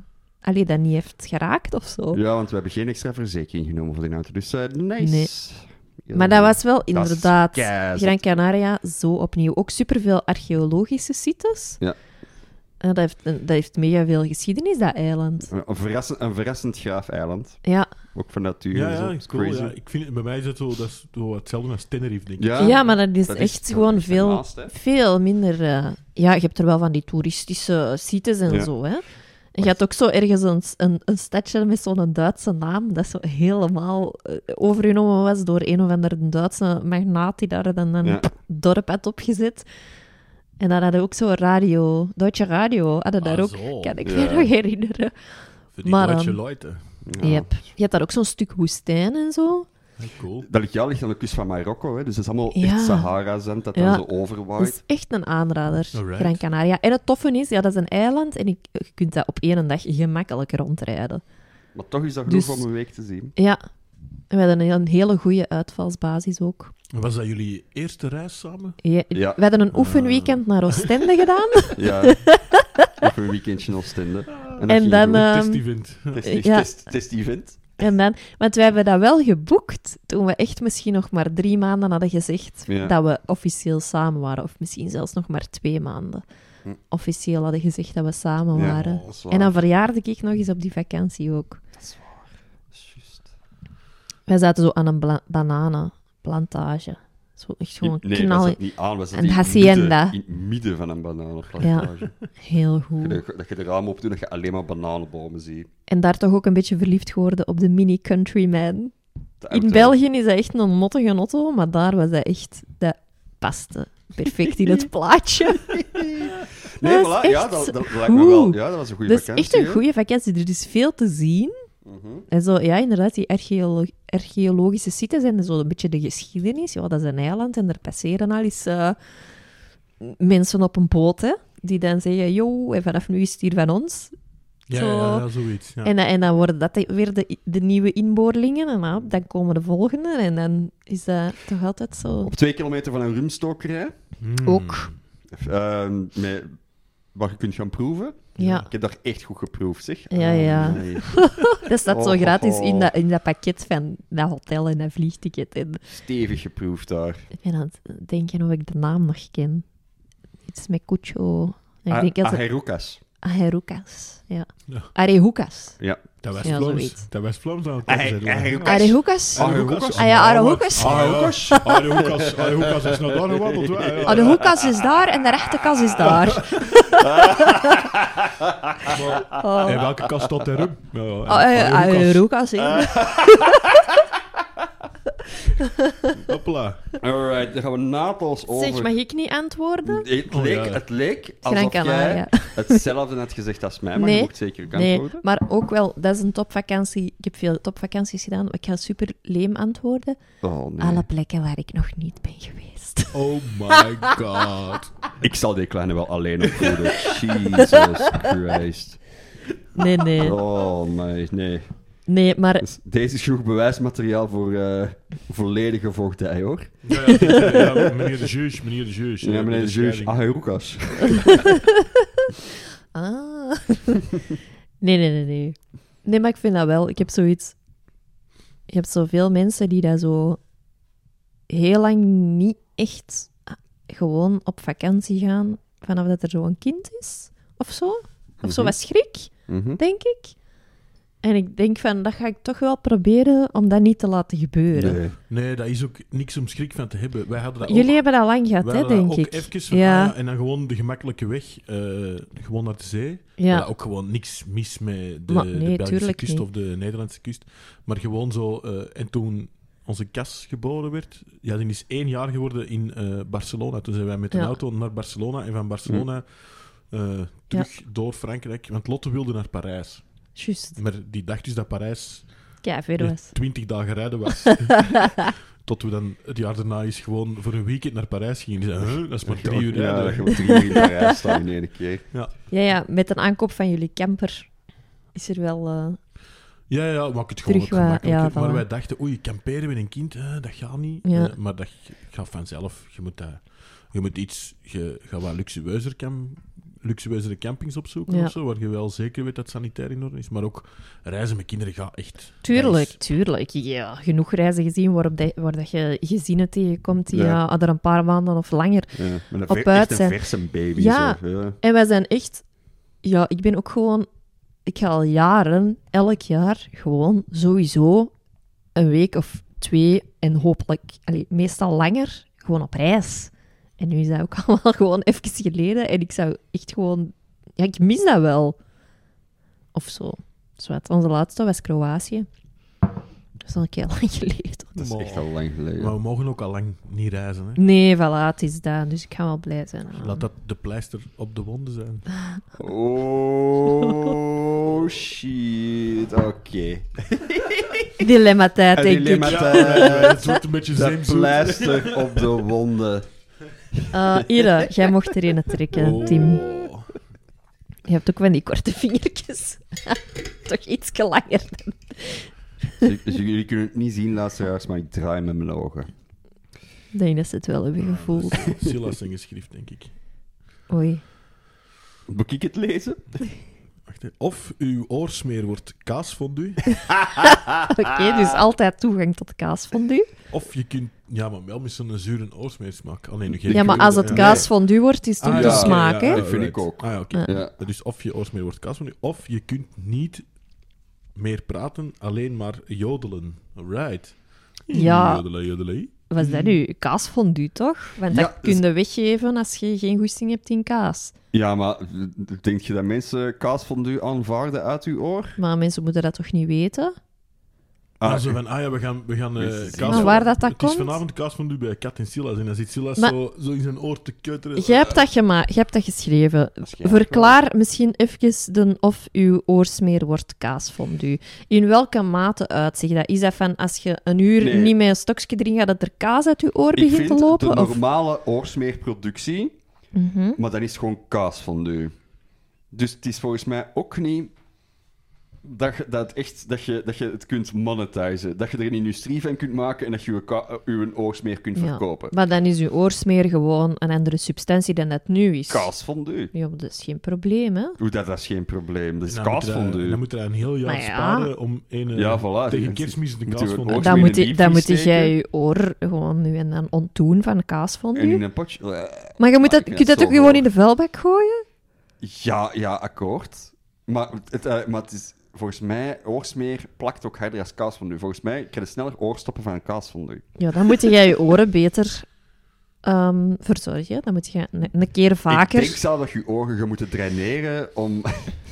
allee, dat niet heeft geraakt of zo. Ja, want we hebben geen extra verzekering genomen voor die auto. Dus nice. Nee. Ja, Maar dat was wel dat is inderdaad keizot. Gran Canaria zo opnieuw. Ook superveel archeologische sites. Ja. Dat heeft mega veel geschiedenis, dat eiland. Een verrassend gaaf eiland. Ja, Ook van natuur. Ja, en zo. ja, is cool. Crazy. Ja. Ik vind, bij mij is het zo, dat is zo hetzelfde als Tenerife, denk ik. ja, maar dat is dat echt er gewoon echt ernaast, hè. veel minder... ja, je hebt er wel van die toeristische sites en Ja. zo, hè. En je had ook zo ergens een stadje met zo'n Duitse naam, dat zo helemaal overgenomen was door een of andere Duitse magnaat die daar dan een dorp had opgezet. En dan hadden we ook zo radio, Deutsche Radio, hadden daar ook, Zo. kan ik me nog herinneren. Voor die Maar, Duitse Leute. Ja. Yep. Je had daar ook zo'n stuk woestijn en zo. Ja, cool. Dat ligt aan de kust van Marokko, hè. Dus het is allemaal Ja. echt Sahara-zand dat dan Ja. zo Dat overwaait. is echt een aanrader, Alright. Gran Canaria. En het toffe is, ja, dat is een eiland en je kunt dat op één dag gemakkelijk rondrijden. Maar toch is dat genoeg Dus- om een week te zien. Ja, en we hadden een hele goede uitvalsbasis ook. Was dat jullie eerste reis samen? Ja, Ja. We hadden een oefenweekend naar Oostende gedaan. Ja. Of een weekendje in Oostende. En, En dan... Test-event. ja. Test-event. En dan, want wij hebben dat wel geboekt toen we echt misschien nog maar 3 maanden hadden gezegd Ja. dat we officieel samen waren. Of misschien zelfs nog maar 2 maanden. Officieel hadden gezegd dat we samen Ja, waren. dat is waar. En dan verjaarde ik nog eens op die vakantie ook. Dat is waar. Dat is juist. Wij zaten zo aan een bananenplantage. Zo echt gewoon Nee, we knallen. zaten niet aan. We zaten Een in het hacienda. midden- in het midden van een bananenplantage. Heel goed. Dat je de raam op doet, dat je alleen maar bananenbomen ziet. En daar toch ook een beetje verliefd geworden op de Mini Countryman. De In auto. België is dat echt een mottige auto, maar daar was dat echt... Dat paste perfect in het plaatje. Nee, Dat is voilà. Ja, echt dat lijkt me wel. goed. Ja, dat was een goede Dat is vakantie. echt een hè. goede vakantie. Er is veel te zien. Mhm. En zo, ja, inderdaad, die archeologische sites en zo een beetje de geschiedenis. Ja, dat is een eiland en er passeren al eens mensen op een boot, hè, die dan zeggen, yo, en vanaf nu is het hier van ons. Ja, Zo. ja, zoiets. Ja. En dan worden dat weer de nieuwe inboorlingen. En dan komen de volgende. En dan is dat toch altijd zo. Op 2 kilometer van een rumstokerij. Ook. Met wat je kunt gaan proeven. Ja. Ik heb daar echt goed geproefd, zeg. Ja, ja. nee. Dat staat zo Oh, gratis oh. in dat pakket van dat hotel en dat vliegticket. En Stevig geproefd daar. ik ben aan het denken of ik de naam nog ken. Iets met Cucho. Ik denk dat het Ajerucas. Ajerucas. Ja. Ja. Arejucas. Ja. Dat was Ja, Vlaams. zoiets. Dat was Vlaams aan elkaar zetten. Ajerucas. Arejucas? Arejucas. Ah ja, Arejucas. Arejucas. Arejucas is naar daar gewandeld. hè. Ja. Arejucas is daar en de rechterkas is daar. Oh. En welke kast staat er rum? Ja, Arejucas, hè. Hoppla. Alright, dan gaan we naadloos over. Zeg, mag ik niet antwoorden? Het leek Gran alsof Canaria. jij hetzelfde had gezegd als mij, maar Nee. je mocht zeker ook Nee, antwoorden. maar ook wel, dat is een topvakantie. Ik heb veel topvakanties gedaan, maar ik ga super leem antwoorden. Oh, nee. Alle plekken waar ik nog niet ben geweest. Oh my god. Ik zal die kleine wel alleen opvoeden. Jesus Christ. Nee. Oh, nee. Nee, maar Dus deze is genoeg bewijsmateriaal voor volledige voogdij, hoor. Ja, meneer de juge. Ja, meneer de juge. Ajerucas. Ah. Nee. Nee, maar ik vind dat wel. Ik heb zoiets... Je hebt zoveel mensen die dat zo heel lang niet echt gewoon op vakantie gaan vanaf dat er zo'n kind is. Of zo. Of zo wat schrik, Mhm. denk ik. En ik denk van, dat ga ik toch wel proberen om dat niet te laten gebeuren. Nee. Nee, dat is ook niks om schrik van te hebben. Wij hadden dat Jullie ook, hebben dat lang gehad, wij hè, hadden dat denk ook ik. even van, Ja. en dan gewoon de gemakkelijke weg, gewoon naar de zee. Ja. Ja. Ook gewoon niks mis met de, Maar nee, de Belgische tuurlijk kust niet. of de Nederlandse kust. Maar gewoon zo... en toen onze Cas geboren werd, ja, die is 1 jaar geworden in Barcelona. Toen zijn wij met een Ja. auto naar Barcelona en van Barcelona terug door Frankrijk. Want Lotte wilde naar Parijs. Juist. Maar die dacht dus dat Parijs Ja, ver was. 20 dagen rijden was. Tot we dan het jaar daarna eens gewoon voor een weekend naar Parijs gingen. Die zei, huh, dat is maar 3 uur Ja, dat rijden. je maar 3 uur in Parijs staan in één keer. Ja, met een aankoop van jullie camper is er wel... Ja, maak het gewoon Terug wat waar- gemakkelijker. ja, Maar voilà. wij dachten, oei, kamperen met een kind, dat gaat niet. Ja. Maar dat gaat vanzelf. Je moet iets... Je gaat wat luxueuzer luxueuzere campings opzoeken of zo, waar je wel zeker weet dat het sanitair in orde is. Maar ook reizen met kinderen gaat echt... Tuurlijk. Ja, genoeg reizen gezien waar dat je gezinnen tegenkomt die er een paar maanden of langer op uit zijn. Echt een verse baby. Ja, zo. Ja, en wij zijn echt... Ja, ik ben ook gewoon... Ik ga al jaren, elk jaar, gewoon sowieso een week of 2 en hopelijk, meestal langer, gewoon op reis. En nu is dat ook allemaal gewoon even geleden. En ik zou echt gewoon... Ja, ik mis dat wel. Of zo. Zwart. Onze laatste was Kroatië. Dat is al een keer lang geleden. dat is echt al lang geleden. Maar we mogen ook al lang niet reizen, hè? Nee, voilà, het is dat. Dus ik ga wel blij zijn. Laat dat de pleister op de wonden zijn. Oh, shit. Oké. Dilemma-tijd, denk ik. Het wordt een beetje De zeemzoet. pleister op de wonden. Ira, jij mocht er een trekken, Oh. Tim. Je hebt ook van die korte vingertjes. Toch iets langer. Jullie kunnen het niet zien, luisteraars, maar ik draai met mijn ogen. Ik denk dat ze het wel hebben gevoeld. Silas zijn geschrift, denk ik. Oei. Moet ik het lezen? Wacht, hè. Of uw oorsmeer wordt kaasfondue, Oké, dus altijd toegang tot kaasfondue. of je kunt... Ja, maar wel met zo'n zure oorsmeersmaak. Oh, nee, nu geef Ja, ik maar jullie als de- het ja. kaasfondue wordt, is het om Ah, te ja, smaken. ja, Dat vind ik right. ook. Ah, ja, oké. Ja. Dus of je oorsmeer wordt kaasfondue, of je kunt niet meer praten, alleen maar jodelen. Right. Ja. Jodelen. Wat is dat nu? Kaasfondue, toch? Want dat Ja, kun je weggeven als je geen goesting hebt in kaas. Ja, maar denk je dat mensen kaasfondue aanvaarden uit uw oor? Maar mensen moeten dat toch niet weten? Ah, zo van, we gaan Dus- kaas... Maar waar dat Het is komt? vanavond kaasfondue bij Kat en Silas. En dan zit Silas Maar- zo in zijn oor te kutteren. Jij hebt dat gemaakt, jij hebt dat geschreven. Waarschijnlijk Verklaar misschien even of uw oorsmeer wordt kaasfondue. In welke mate uitzicht dat? Is dat van als je een uur Nee. niet met een stokje drinkt, gaat dat er kaas uit je oor Ik begint vind te lopen? de Of... normale oorsmeerproductie, Mhm. maar dan is het gewoon kaasfondue. Dus het is volgens mij ook niet dat je het kunt monetizen. Dat je er een industrie van kunt maken en dat je je oorsmeer kunt Ja. verkopen. Maar dan is uw oorsmeer gewoon een andere substantie dan dat nu is. Kaasfondue. Ja, maar dat is geen probleem, hè? Hoe dat is geen probleem. Dat is Dan moet je kaasfondue. dan moet je een heel jaar Maar ja. sparen om Ja, voilà. tegen kerstmis de Moet je kaasfondue... ook- Dan in moet, een dan diepvries moet steken. jij je oor gewoon nu en dan ontdoen van En kaasfondue. in een potje... Maar je moet Ah, dat, ik vind kun je dat het ook zo gewoon hoog. in de vuilbak gooien? Ja, akkoord. Maar het is... Volgens mij, oorsmeer plakt ook harder als kaasfondue. Volgens mij kan je sneller oorstoppen van een kaasfondue. Ja, dan moet jij je oren beter verzorgen. Dan moet je een keer vaker... Ik denk zelf dat je je ogen gaat moeten draineren om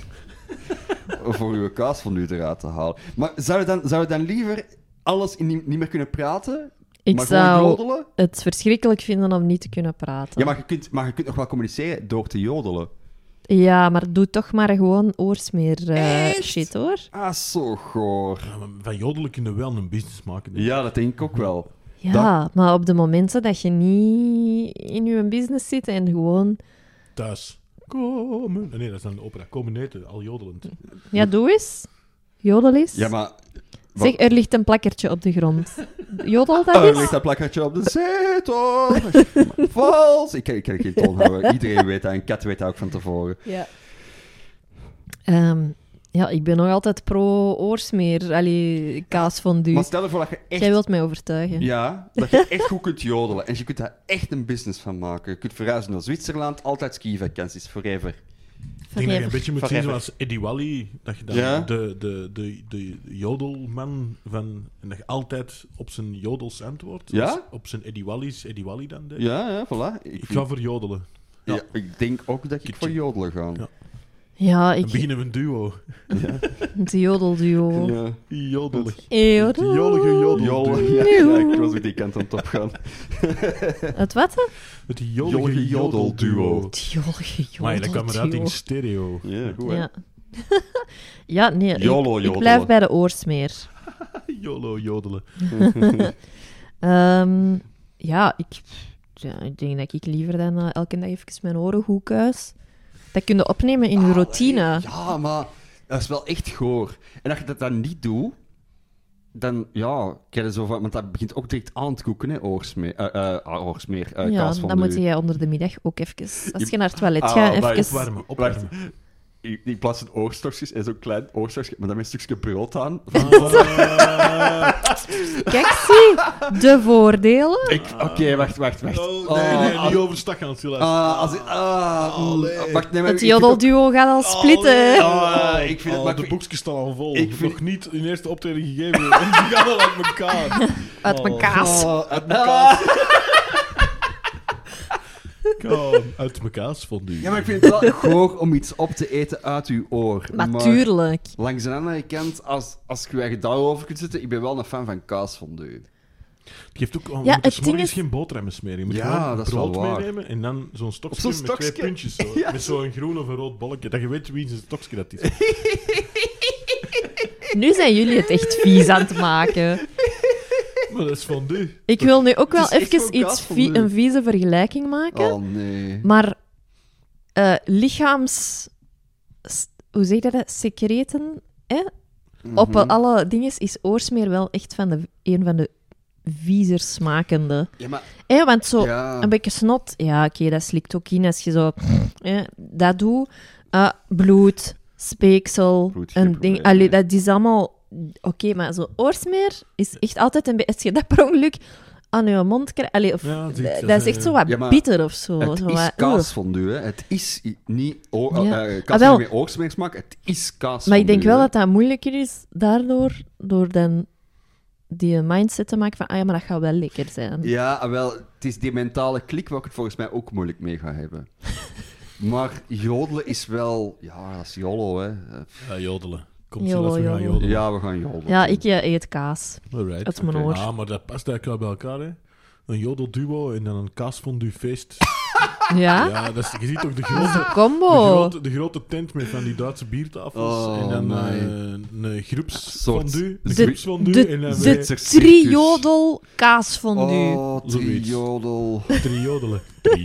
voor je kaasfondue eruit te halen. Maar zou je dan liever alles niet meer kunnen praten? Ik maar gewoon zou jodelen? het verschrikkelijk vinden om niet te kunnen praten. Ja, maar je kunt nog wel communiceren door te jodelen. Ja, maar doe toch maar gewoon oorsmeer Echt? shit, hoor. Ah, zo goor. Ja, maar van jodelen kunnen we wel een business maken. denk ik. Ja, dat denk ik ook wel. Ja, maar op de momenten dat je niet in je business zit en gewoon... Thuis. Komen. Nee, dat is dan de opera. Komen eten, al jodelend. Ja, doe eens. Jodel eens. Ja, maar... Zeg, er ligt een plakkertje op de grond. Jodel dat Er eens? ligt dat plakkertje op de zetel. Vals. Ik kan geen toon houden. Iedereen weet dat. Een kat weet dat ook van tevoren. Ja. Ja, ik ben nog altijd pro-oorsmeer. Allee, kaasfondue. Maar stel ervoor dat je echt... Jij wilt mij overtuigen. Ja, dat je echt goed kunt jodelen. En je kunt daar echt een business van maken. Je kunt verhuizen naar Zwitserland. Altijd skivakanties. Forever. Ik denk dat je een beetje moet zien Forever. zoals Eddie Wally. Dat je dan Ja. de jodelman van... En dat je altijd op zijn jodels antwoordt. Ja? Dus op zijn Eddie Wally dan deed. Ja, voilà. Ik ga voor jodelen. ja, ik denk ook dat ik voor jodelen ga. Ja. Ja, Dan ik... beginnen we een duo. Het jodelduo. Ja. Jodelen. Jodel. Jolige jodel. Jodelen. Ja, ik was ook die kant aan het opgaan. Het wat? Het Jolige jolige jodelduo. jodelduo. Het jolige jodelduo. Maar dat kwam eruit in stereo. Ja, goed hè. Ja. Ja, nee. Jolo, ik jodelen. blijf bij de oorsmeer. Jolo jodelen. Ja, ik denk dat ik liever dan elke dag even mijn oren goed kuis. Dat kun je opnemen in je routine. Ja, maar dat is wel echt goor. En als je dat dan niet doet, dan krijg je zo van... Want dat begint ook direct aan te koeken, hè, Oorsmeer, Ja, kaas van dan moet je onder de middag ook even... Als je naar het toilet gaat, even... Opwarmen. In plaats van oorstokjes en zo'n klein oorstokje, maar dan met een stukje brood aan. Kijk, zie, de voordelen. Oké, wacht. Nee, niet overstag gaan, Silas. Wacht, nee, Het jodelduo gaat al splitten. Ik vind het... De boekjes staan al vol. Ik vind- Nog niet in eerste optreden gegeven. En die gaan al uit elkaar. Uit mijn kaas. Uit elkaar. Uit elkaar vond u. Ja, maar ik vind het wel goor om iets op te eten uit uw oor. Natuurlijk. Langs de andere kant, als je je daarover kunt zitten, ik ben wel een fan van kaasfondue. Het geeft ook... Ja, het het is ding is... geen boterhammen smeren. Je moet Ja, gewoon dat is wel brood waar. meenemen en dan zo'n stokje Zo'n met stokje. 2 puntjes. Zo. Ja. Met zo'n groen of een rood bolletje. Dat je weet wie zijn stokje dat is. Nu zijn jullie het echt vies aan het maken. Maar dat is fondue. Ik wil nu ook wel Het is echt even gewoon kaasfondue. een vieze vergelijking maken. Oh, nee. Maar lichaams... Hoe zeg je dat? Secreten? Op alle dingen is oorsmeer wel echt een van de viezer smakende. Ja, maar... Want zo Ja. een beetje snot... Ja, oké, dat slikt ook in als je zo... dat doet. Bloed, speeksel, Bloed, geen een ding... probleem, Allee, nee. dat is allemaal... Oké, maar zo oorsmeer is echt altijd een beetje... Als je dat per ongeluk aan je mond krijgt... Allee, of, Ja, dat is echt zo wat Ja, maar bitter of zo. Het zo is wat, kaasfondue, hè. Het is niet Ja. kaasfondue met oorsmeersmaak, het is kaasfondue. Maar ik denk wel hè. dat dat moeilijker is daardoor... Door dan die mindset te maken van... maar dat gaat wel lekker zijn. Ja, wel, het is die mentale klik waar ik het volgens mij ook moeilijk mee ga hebben. Maar jodelen is wel... Ja, dat is jolo, hè. Ja, jodelen. Komt Jodel, zelfs, we gaan jodel. jodelen. Ja, we gaan jodelen. Ja, ik eet kaas. Alright. Uit mijn Oké. oor. Ja, maar dat past eigenlijk wel bij elkaar, hè. Een jodelduo en dan een kaasfondue feest. Ja? Ja, dat is, je ziet ook de Dat is grote... een combo. De grote tent met van die Duitse biertafels. Oh, en dan my. een groepsfondue. Soort- Een groepsfondue. En dan De Zwitser circus. triodel kaasfondue. Oh, triodel. drie jodelen.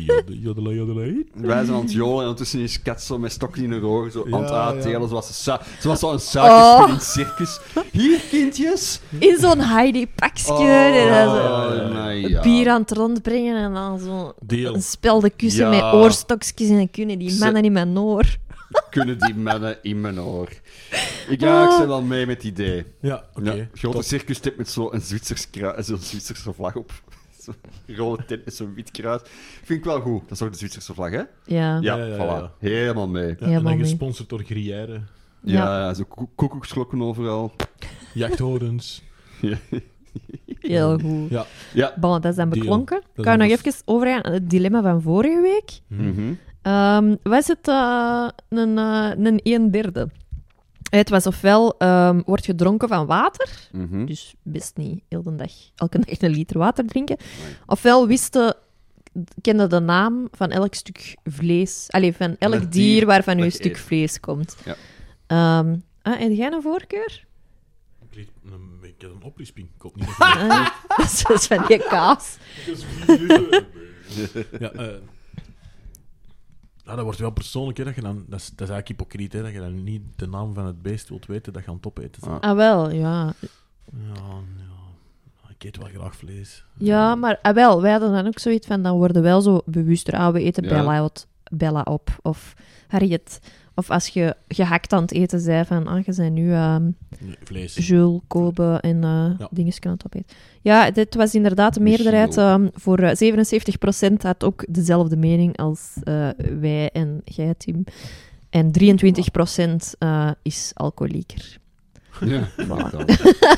Jodelen. Wij zijn aan het jolen en ondertussen is Kat zo met stokje in haar oor zo aan het Ja, uitdelen, ja. zoals zo'n suikerspin in het circus. Hier, kindjes. In zo'n Heidi-pakje. en dan zo nee, ja. bier aan het rondbrengen en dan zo Deel. een spelde kussen Ja. met oorstokjes en dan kunnen die mannen in mijn oor. Kunnen die mannen in mijn oor. Ik ben wel mee met het idee. Ja, oké. Ja, grote Top. circus tip met zo'n zo'n Zwitserse vlag op. Zo'n rode tent met zo'n wit kruis. Vind ik wel goed. Dat is ook de Zwitserse vlag, hè? Ja. Ja, Voilà. Helemaal mee. Ja, en Helemaal dan mee. gesponsord door Gruyère. Ja, zo koekoeksklokken overal. Jachthorens. Ja. Heel goed. Ja. Ja. Bon, dat is dan Deal. beklonken. Dat Kan je is nog anders. even overgaan aan het dilemma van vorige week? Mhm. Was het een 1/3? Het was ofwel wordt gedronken van water, Mhm. dus best niet heel de dag, elke dag een liter water drinken. Ofwel kende de naam van elk stuk vlees, van elk Elk dier dier waarvan uw dat je stuk eet. vlees komt. Ja. Heb jij een voorkeur? Ik heb een oprisping. Ik hoop niet dat Dat is van die kaas. ja, dat wordt wel persoonlijk, hè, dat je dan... Dat is eigenlijk hypocriet, hè, dat je dan niet de naam van het beest wilt weten dat je aan het opeten bent. Ah. Ah, wel, ja. Ja, ik eet wel graag vlees. Ja, maar wij hadden dan ook zoiets van, dan worden wel zo bewuster. We eten Ja. Bella op, of Harriet. Of als je gehakt aan het eten zei van, je bent nu Nee, vlees. Jules, Kobe en dingen aan het opeten. Ja, dit was inderdaad de meerderheid. Voor 77% had ook dezelfde mening als wij en jij, Tim. En 23% is alcoholieker. Ja. Voilà.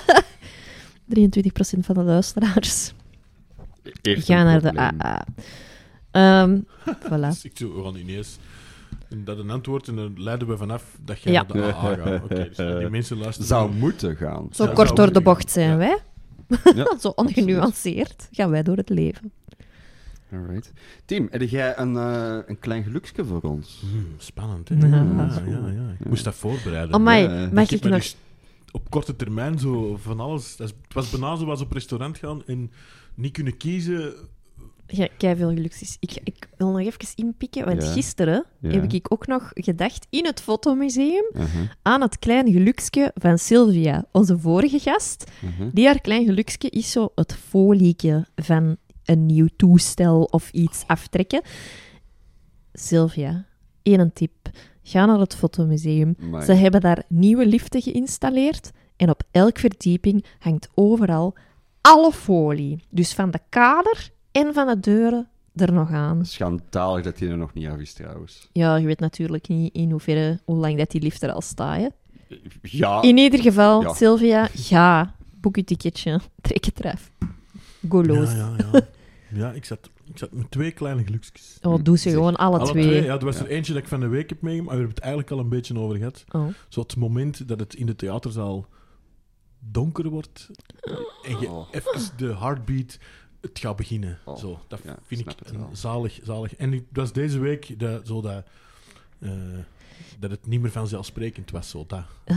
23% van de luisteraars Eerst gaan een naar de probleem. AA. Voilà. Dus ik zo, we gaan ineens... Dat een antwoord en dan leiden we vanaf dat jij Ja. naar de AA gaat. Oké, dus die mensen luisteren... Zou moeten gaan. Zo Ja, kort zou door de moeten bocht gaan. zijn Ja. wij. Ja. Zo ongenuanceerd gaan wij door het leven. Alright. Tim, heb jij een klein geluksje voor ons? Spannend, hè? Ja. Ja. Ik moest dat voorbereiden. Amai, Ja. mag Ik heb ik me nog... dus op korte termijn zo van alles... Het was bijna zoals op restaurant gaan en niet kunnen kiezen Ja, keiveel geluksjes. Ik wil nog even inpikken, want gisteren heb ik ook nog gedacht in het fotomuseum aan het kleine geluksje van Sylvia, onze vorige gast. Die haar klein geluksje is zo het folieke van een nieuw toestel of iets aftrekken. Sylvia, één tip. Ga naar het fotomuseum. Amai. Ze hebben daar nieuwe liften geïnstalleerd en op elke verdieping hangt overal alle folie. Dus van de kader en van de deuren er nog aan. Schandalig dat die er nog niet af is, trouwens. Ja, je weet natuurlijk niet in hoeverre, hoe lang dat die lift er al staat. Hè? Ja. In ieder geval, Sylvia, ga. Boek je ticketje. Trek het eraf. Go los. Ja, ik zat met 2 kleine geluksjes. Oh, doe ze gewoon alle twee. Ja, er was er eentje dat ik van de week heb meegemaakt, maar we hebben het eigenlijk al een beetje over gehad. Oh. Zo het moment dat het in de theaterzaal donker wordt en je even de heartbeat, het gaat beginnen. Zo, dat vind ik zalig. En het was deze week dat het niet meer vanzelfsprekend was. Zo,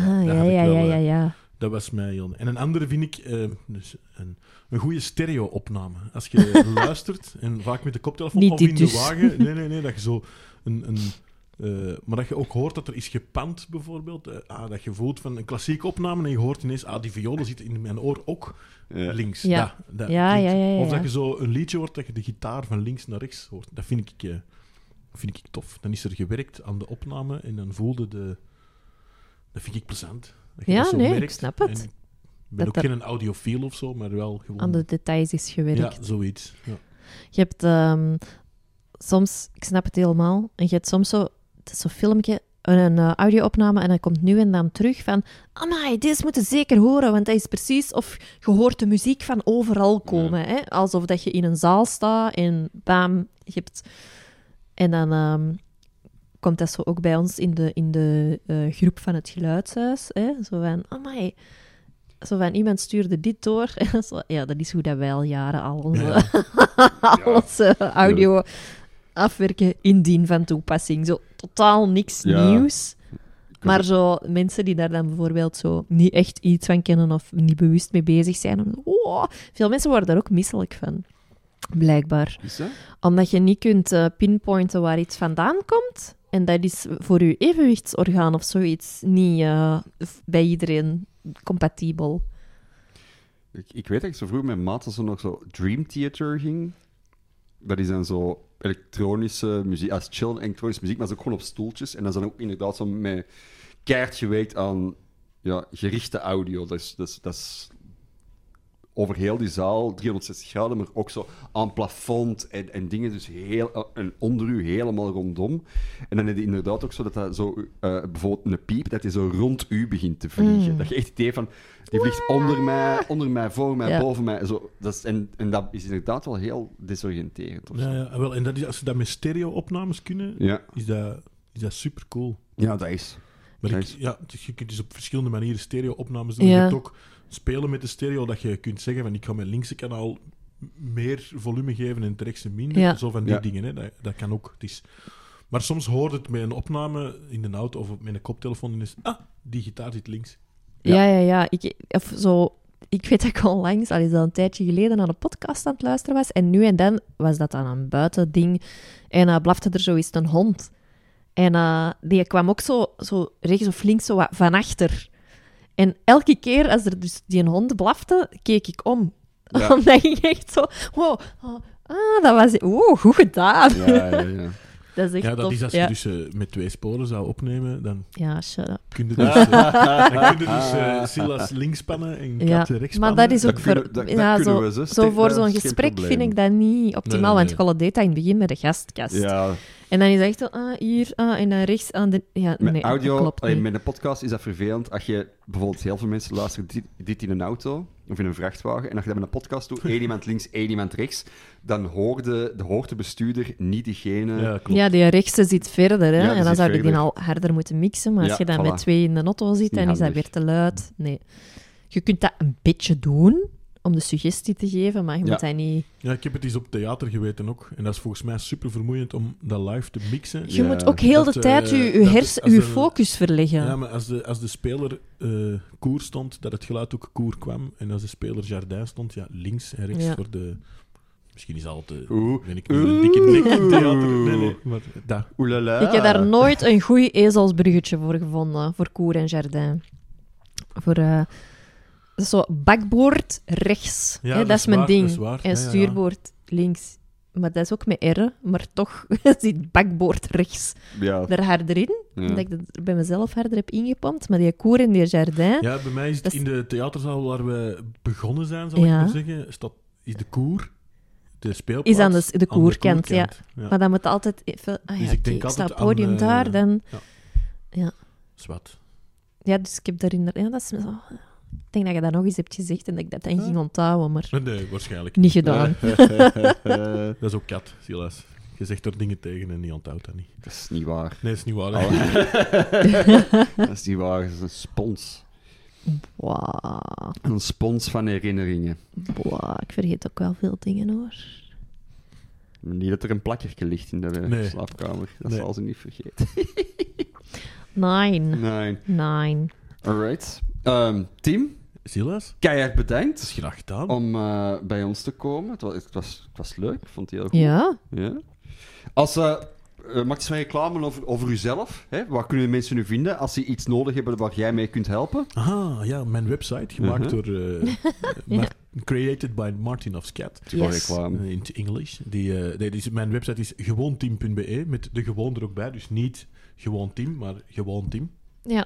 Ja. Dat was mij heel... En een andere vind ik dus een goede stereo-opname. Als je luistert, en vaak met de koptelefoon niet of in dus. de wagen... Nee, dat je zo maar dat je ook hoort dat er is gepand, bijvoorbeeld. Dat je voelt van een klassieke opname en je hoort ineens... die violen zitten in mijn oor ook links. Ja. Ja. Of dat je zo een liedje hoort, dat je de gitaar van links naar rechts hoort. Dat vind ik tof. Dan is er gewerkt aan de opname en dan voelde dat vind ik plezant. Ja, ik snap het. Ik ben ook geen audiofiel of zo, maar wel gewoon... Aan de details is gewerkt. Ja, zoiets. Ja. Je hebt soms, ik snap het helemaal, en je hebt soms zo'n filmpje, een audio-opname, en dan komt nu en dan terug van amai, deze moeten zeker horen, want dat is precies of je hoort de muziek van overal komen. Hè? Alsof dat je in een zaal staat en bam, je hebt... En dan... komt dat zo ook bij ons in de groep van het geluidshuis. Hè? Zo van, amai. Zo van, iemand stuurde dit door. Zo, ja, dat is hoe dat wij al jaren al onze audio afwerken indien van toepassing. Zo totaal niks nieuws. Maar zo mensen die daar dan bijvoorbeeld zo niet echt iets van kennen of niet bewust mee bezig zijn. Veel mensen worden daar ook misselijk van. Blijkbaar. Is dat? Omdat je niet kunt pinpointen waar iets vandaan komt. En dat is voor je evenwichtsorgaan of zoiets niet bij iedereen compatibel. Ik weet dat ik zo vroeger met maat zo nog zo Dream Theater ging. Dat is dan zo elektronische muziek, als chill elektronische muziek, maar zo ook gewoon op stoeltjes. En dan is dan ook inderdaad zo met keihard gewerkt aan gerichte audio. Dat is over heel die zaal, 360 graden, maar ook zo aan plafond en dingen, dus en onder u helemaal rondom. En dan heb je inderdaad ook zo dat zo, bijvoorbeeld een piep, dat die zo rond u begint te vliegen. Dat je echt het idee van, die vliegt onder mij, voor mij, boven mij. Zo, en dat is inderdaad wel heel desoriënterend. Wel, en dat is, als ze dat met stereo-opnames kunnen, is dat super cool. Ja, dat is. Maar je kunt dus op verschillende manieren stereo-opnames doen. Je hebt ook spelen met de stereo, dat je kunt zeggen van ik ga mijn linkse kanaal meer volume geven en het rechtse minder. Zo van die dingen, hè. Dat kan ook. Maar soms hoort het met een opname in de auto of met een koptelefoon en is die gitaar zit links. Ja. Ik weet dat ik onlangs, al is dat een tijdje geleden, naar een podcast aan het luisteren was. En nu en dan was dat dan een buitending. En blafte er zo eens een hond. En die kwam ook zo rechts of links zo wat van achter. En elke keer als er dus die een hond blafte, keek ik om. Ja. Omdat ik echt zo... Wow, dat was... goed gedaan. Ja. Dat is echt dat tof. is als je dus met 2 sporen zou opnemen, dan... Ja, shut up. Kun je dus Silas links spannen en Kat rechts spannen. Maar dat is ook voor zo'n gesprek vind ik dat niet optimaal. Want Golle deed dat in het begin met de gastkast. Ja. En dan is het echt zo, hier, en dan rechts aan de... Ja, met audio, klopt niet. met een podcast is dat vervelend. Als je bijvoorbeeld heel veel mensen luisteren dit in een auto of in een vrachtwagen, en als je dat met een podcast doet, 1 iemand links, 1 iemand rechts, dan hoort de bestuurder niet diegene... Ja, klopt. Ja, die rechtse zit verder, hè. Ja, en dan zou verder. die al harder moeten mixen. Maar als je dan met 2 in de auto zit, dan is dat weer te luid. Nee. Je kunt dat een beetje doen, om de suggestie te geven, maar je moet dat niet... Ja, ik heb het eens op theater geweten ook. En dat is volgens mij super vermoeiend om dat live te mixen. Je moet ook heel de tijd je focus verleggen. Ja, maar als de speler koer stond, dat het geluid ook koer kwam. En als de speler jardin stond, links en rechts Misschien is altijd... ben ik nu een dikke nek in theater? Nee, maar dat. Oelala. Ik heb daar nooit een goed ezelsbruggetje voor gevonden, voor Cour en Jardin. Voor zo bakboord rechts. Ja, hè, dat is mijn ding. Dat is waar. En stuurboord links. Maar dat is ook met R, maar toch zit bakboord rechts er harder in. Ja. Dat ik dat bij mezelf harder heb ingepompt. Maar die Cour en die Jardin... Ja, bij mij is het in de theaterzaal waar we begonnen zijn, zal ik maar zeggen, is de Cour, de speelplaats... Is aan de koerkant, ja. Ja. Maar dan moet altijd even... Dus ik denk ik sta op altijd het podium aan, daar, dan... Ja. Zwat. Ja, dus ik heb daarin... Ja, dat is... Ik denk dat je dat nog eens hebt gezegd en dat ik dat dan ging onthouden, maar... Nee, waarschijnlijk niet gedaan. Dat is ook kat, Silas. Je zegt er dingen tegen en die onthoudt dat niet. Dat is niet waar. Nee, dat is niet waar. Dat is niet waar. Dat is een spons. Wow. Een spons van herinneringen. Wow, ik vergeet ook wel veel dingen, hoor. Niet dat er een plakkertje ligt in de slaapkamer. Dat zal ze niet vergeten. 9. Alright. Tim, Silas? keihard bedankt. Dat is graag gedaan. Om bij ons te komen. Het was leuk. Ik vond het heel goed. Ja. Als maak eens van reclame over uzelf. Hè? Waar kunnen mensen nu vinden als ze iets nodig hebben waar jij mee kunt helpen? Aha, ja, mijn website, gemaakt door... created by Martin of Scat. Reclame. In het Engels. Mijn website is gewoonteam.be, met de gewoon er ook bij. Dus niet gewoon team, maar gewoon team. Ja,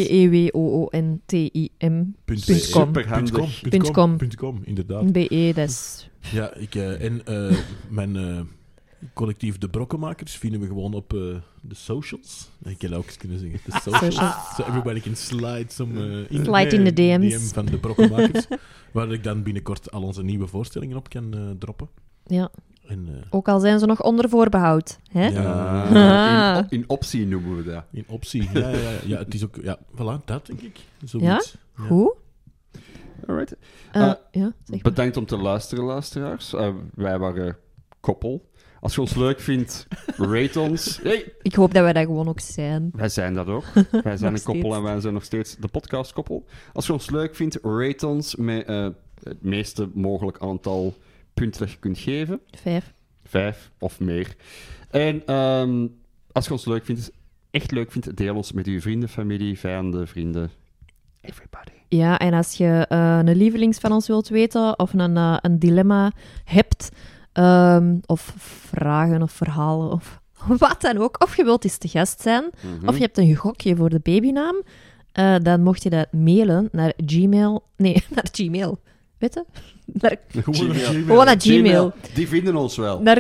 gewontim.com. .com, inderdaad. BE, dat is... Ja, mijn collectief De Brokkenmakers vinden we gewoon op de socials. Ik kan dat ook eens kunnen zeggen. De socials. So everybody can slide in de DM's. DM van De Brokkenmakers. Waar ik dan binnenkort al onze nieuwe voorstellingen op kan droppen. Ja. En, ook al zijn ze nog onder voorbehoud. Hè? Ja, in optie noemen we dat. In optie, ja. Het is ook... Ja, voilà, dat denk ik. Zoiets. Ja? Goed. Alright. Zeg bedankt om te luisteren, luisteraars. Wij waren koppel. Als je ons leuk vindt, rate ons. Hey. Ik hoop dat wij dat gewoon ook zijn. Wij zijn dat ook. Wij zijn een koppel en wij zijn nog steeds de podcastkoppel. Als je ons leuk vindt, rate ons met het meeste mogelijk aantal punten dat je kunt geven. 5 of meer. En als je ons leuk vindt, echt leuk vindt, deel ons met uw vrienden, familie, vijanden, vrienden. Everybody. Ja, en als je een lievelings van ons wilt weten of een dilemma hebt... of vragen of verhalen of wat dan ook. Of je wilt eens te gast zijn. Of je hebt een gokje voor de babynaam. Dan mocht je dat mailen naar Gmail. Nee, naar Gmail. Weet je? Gewoon naar Gmail. Die vinden ons wel. Naar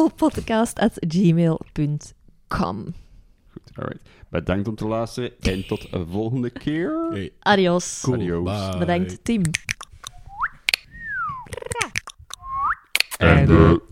koppelpodcast@gmail.com. Goed, alright. Bedankt om te luisteren en tot een volgende keer. Hey. Adios. Cool. Adios. Bye. Bedankt, Tim. En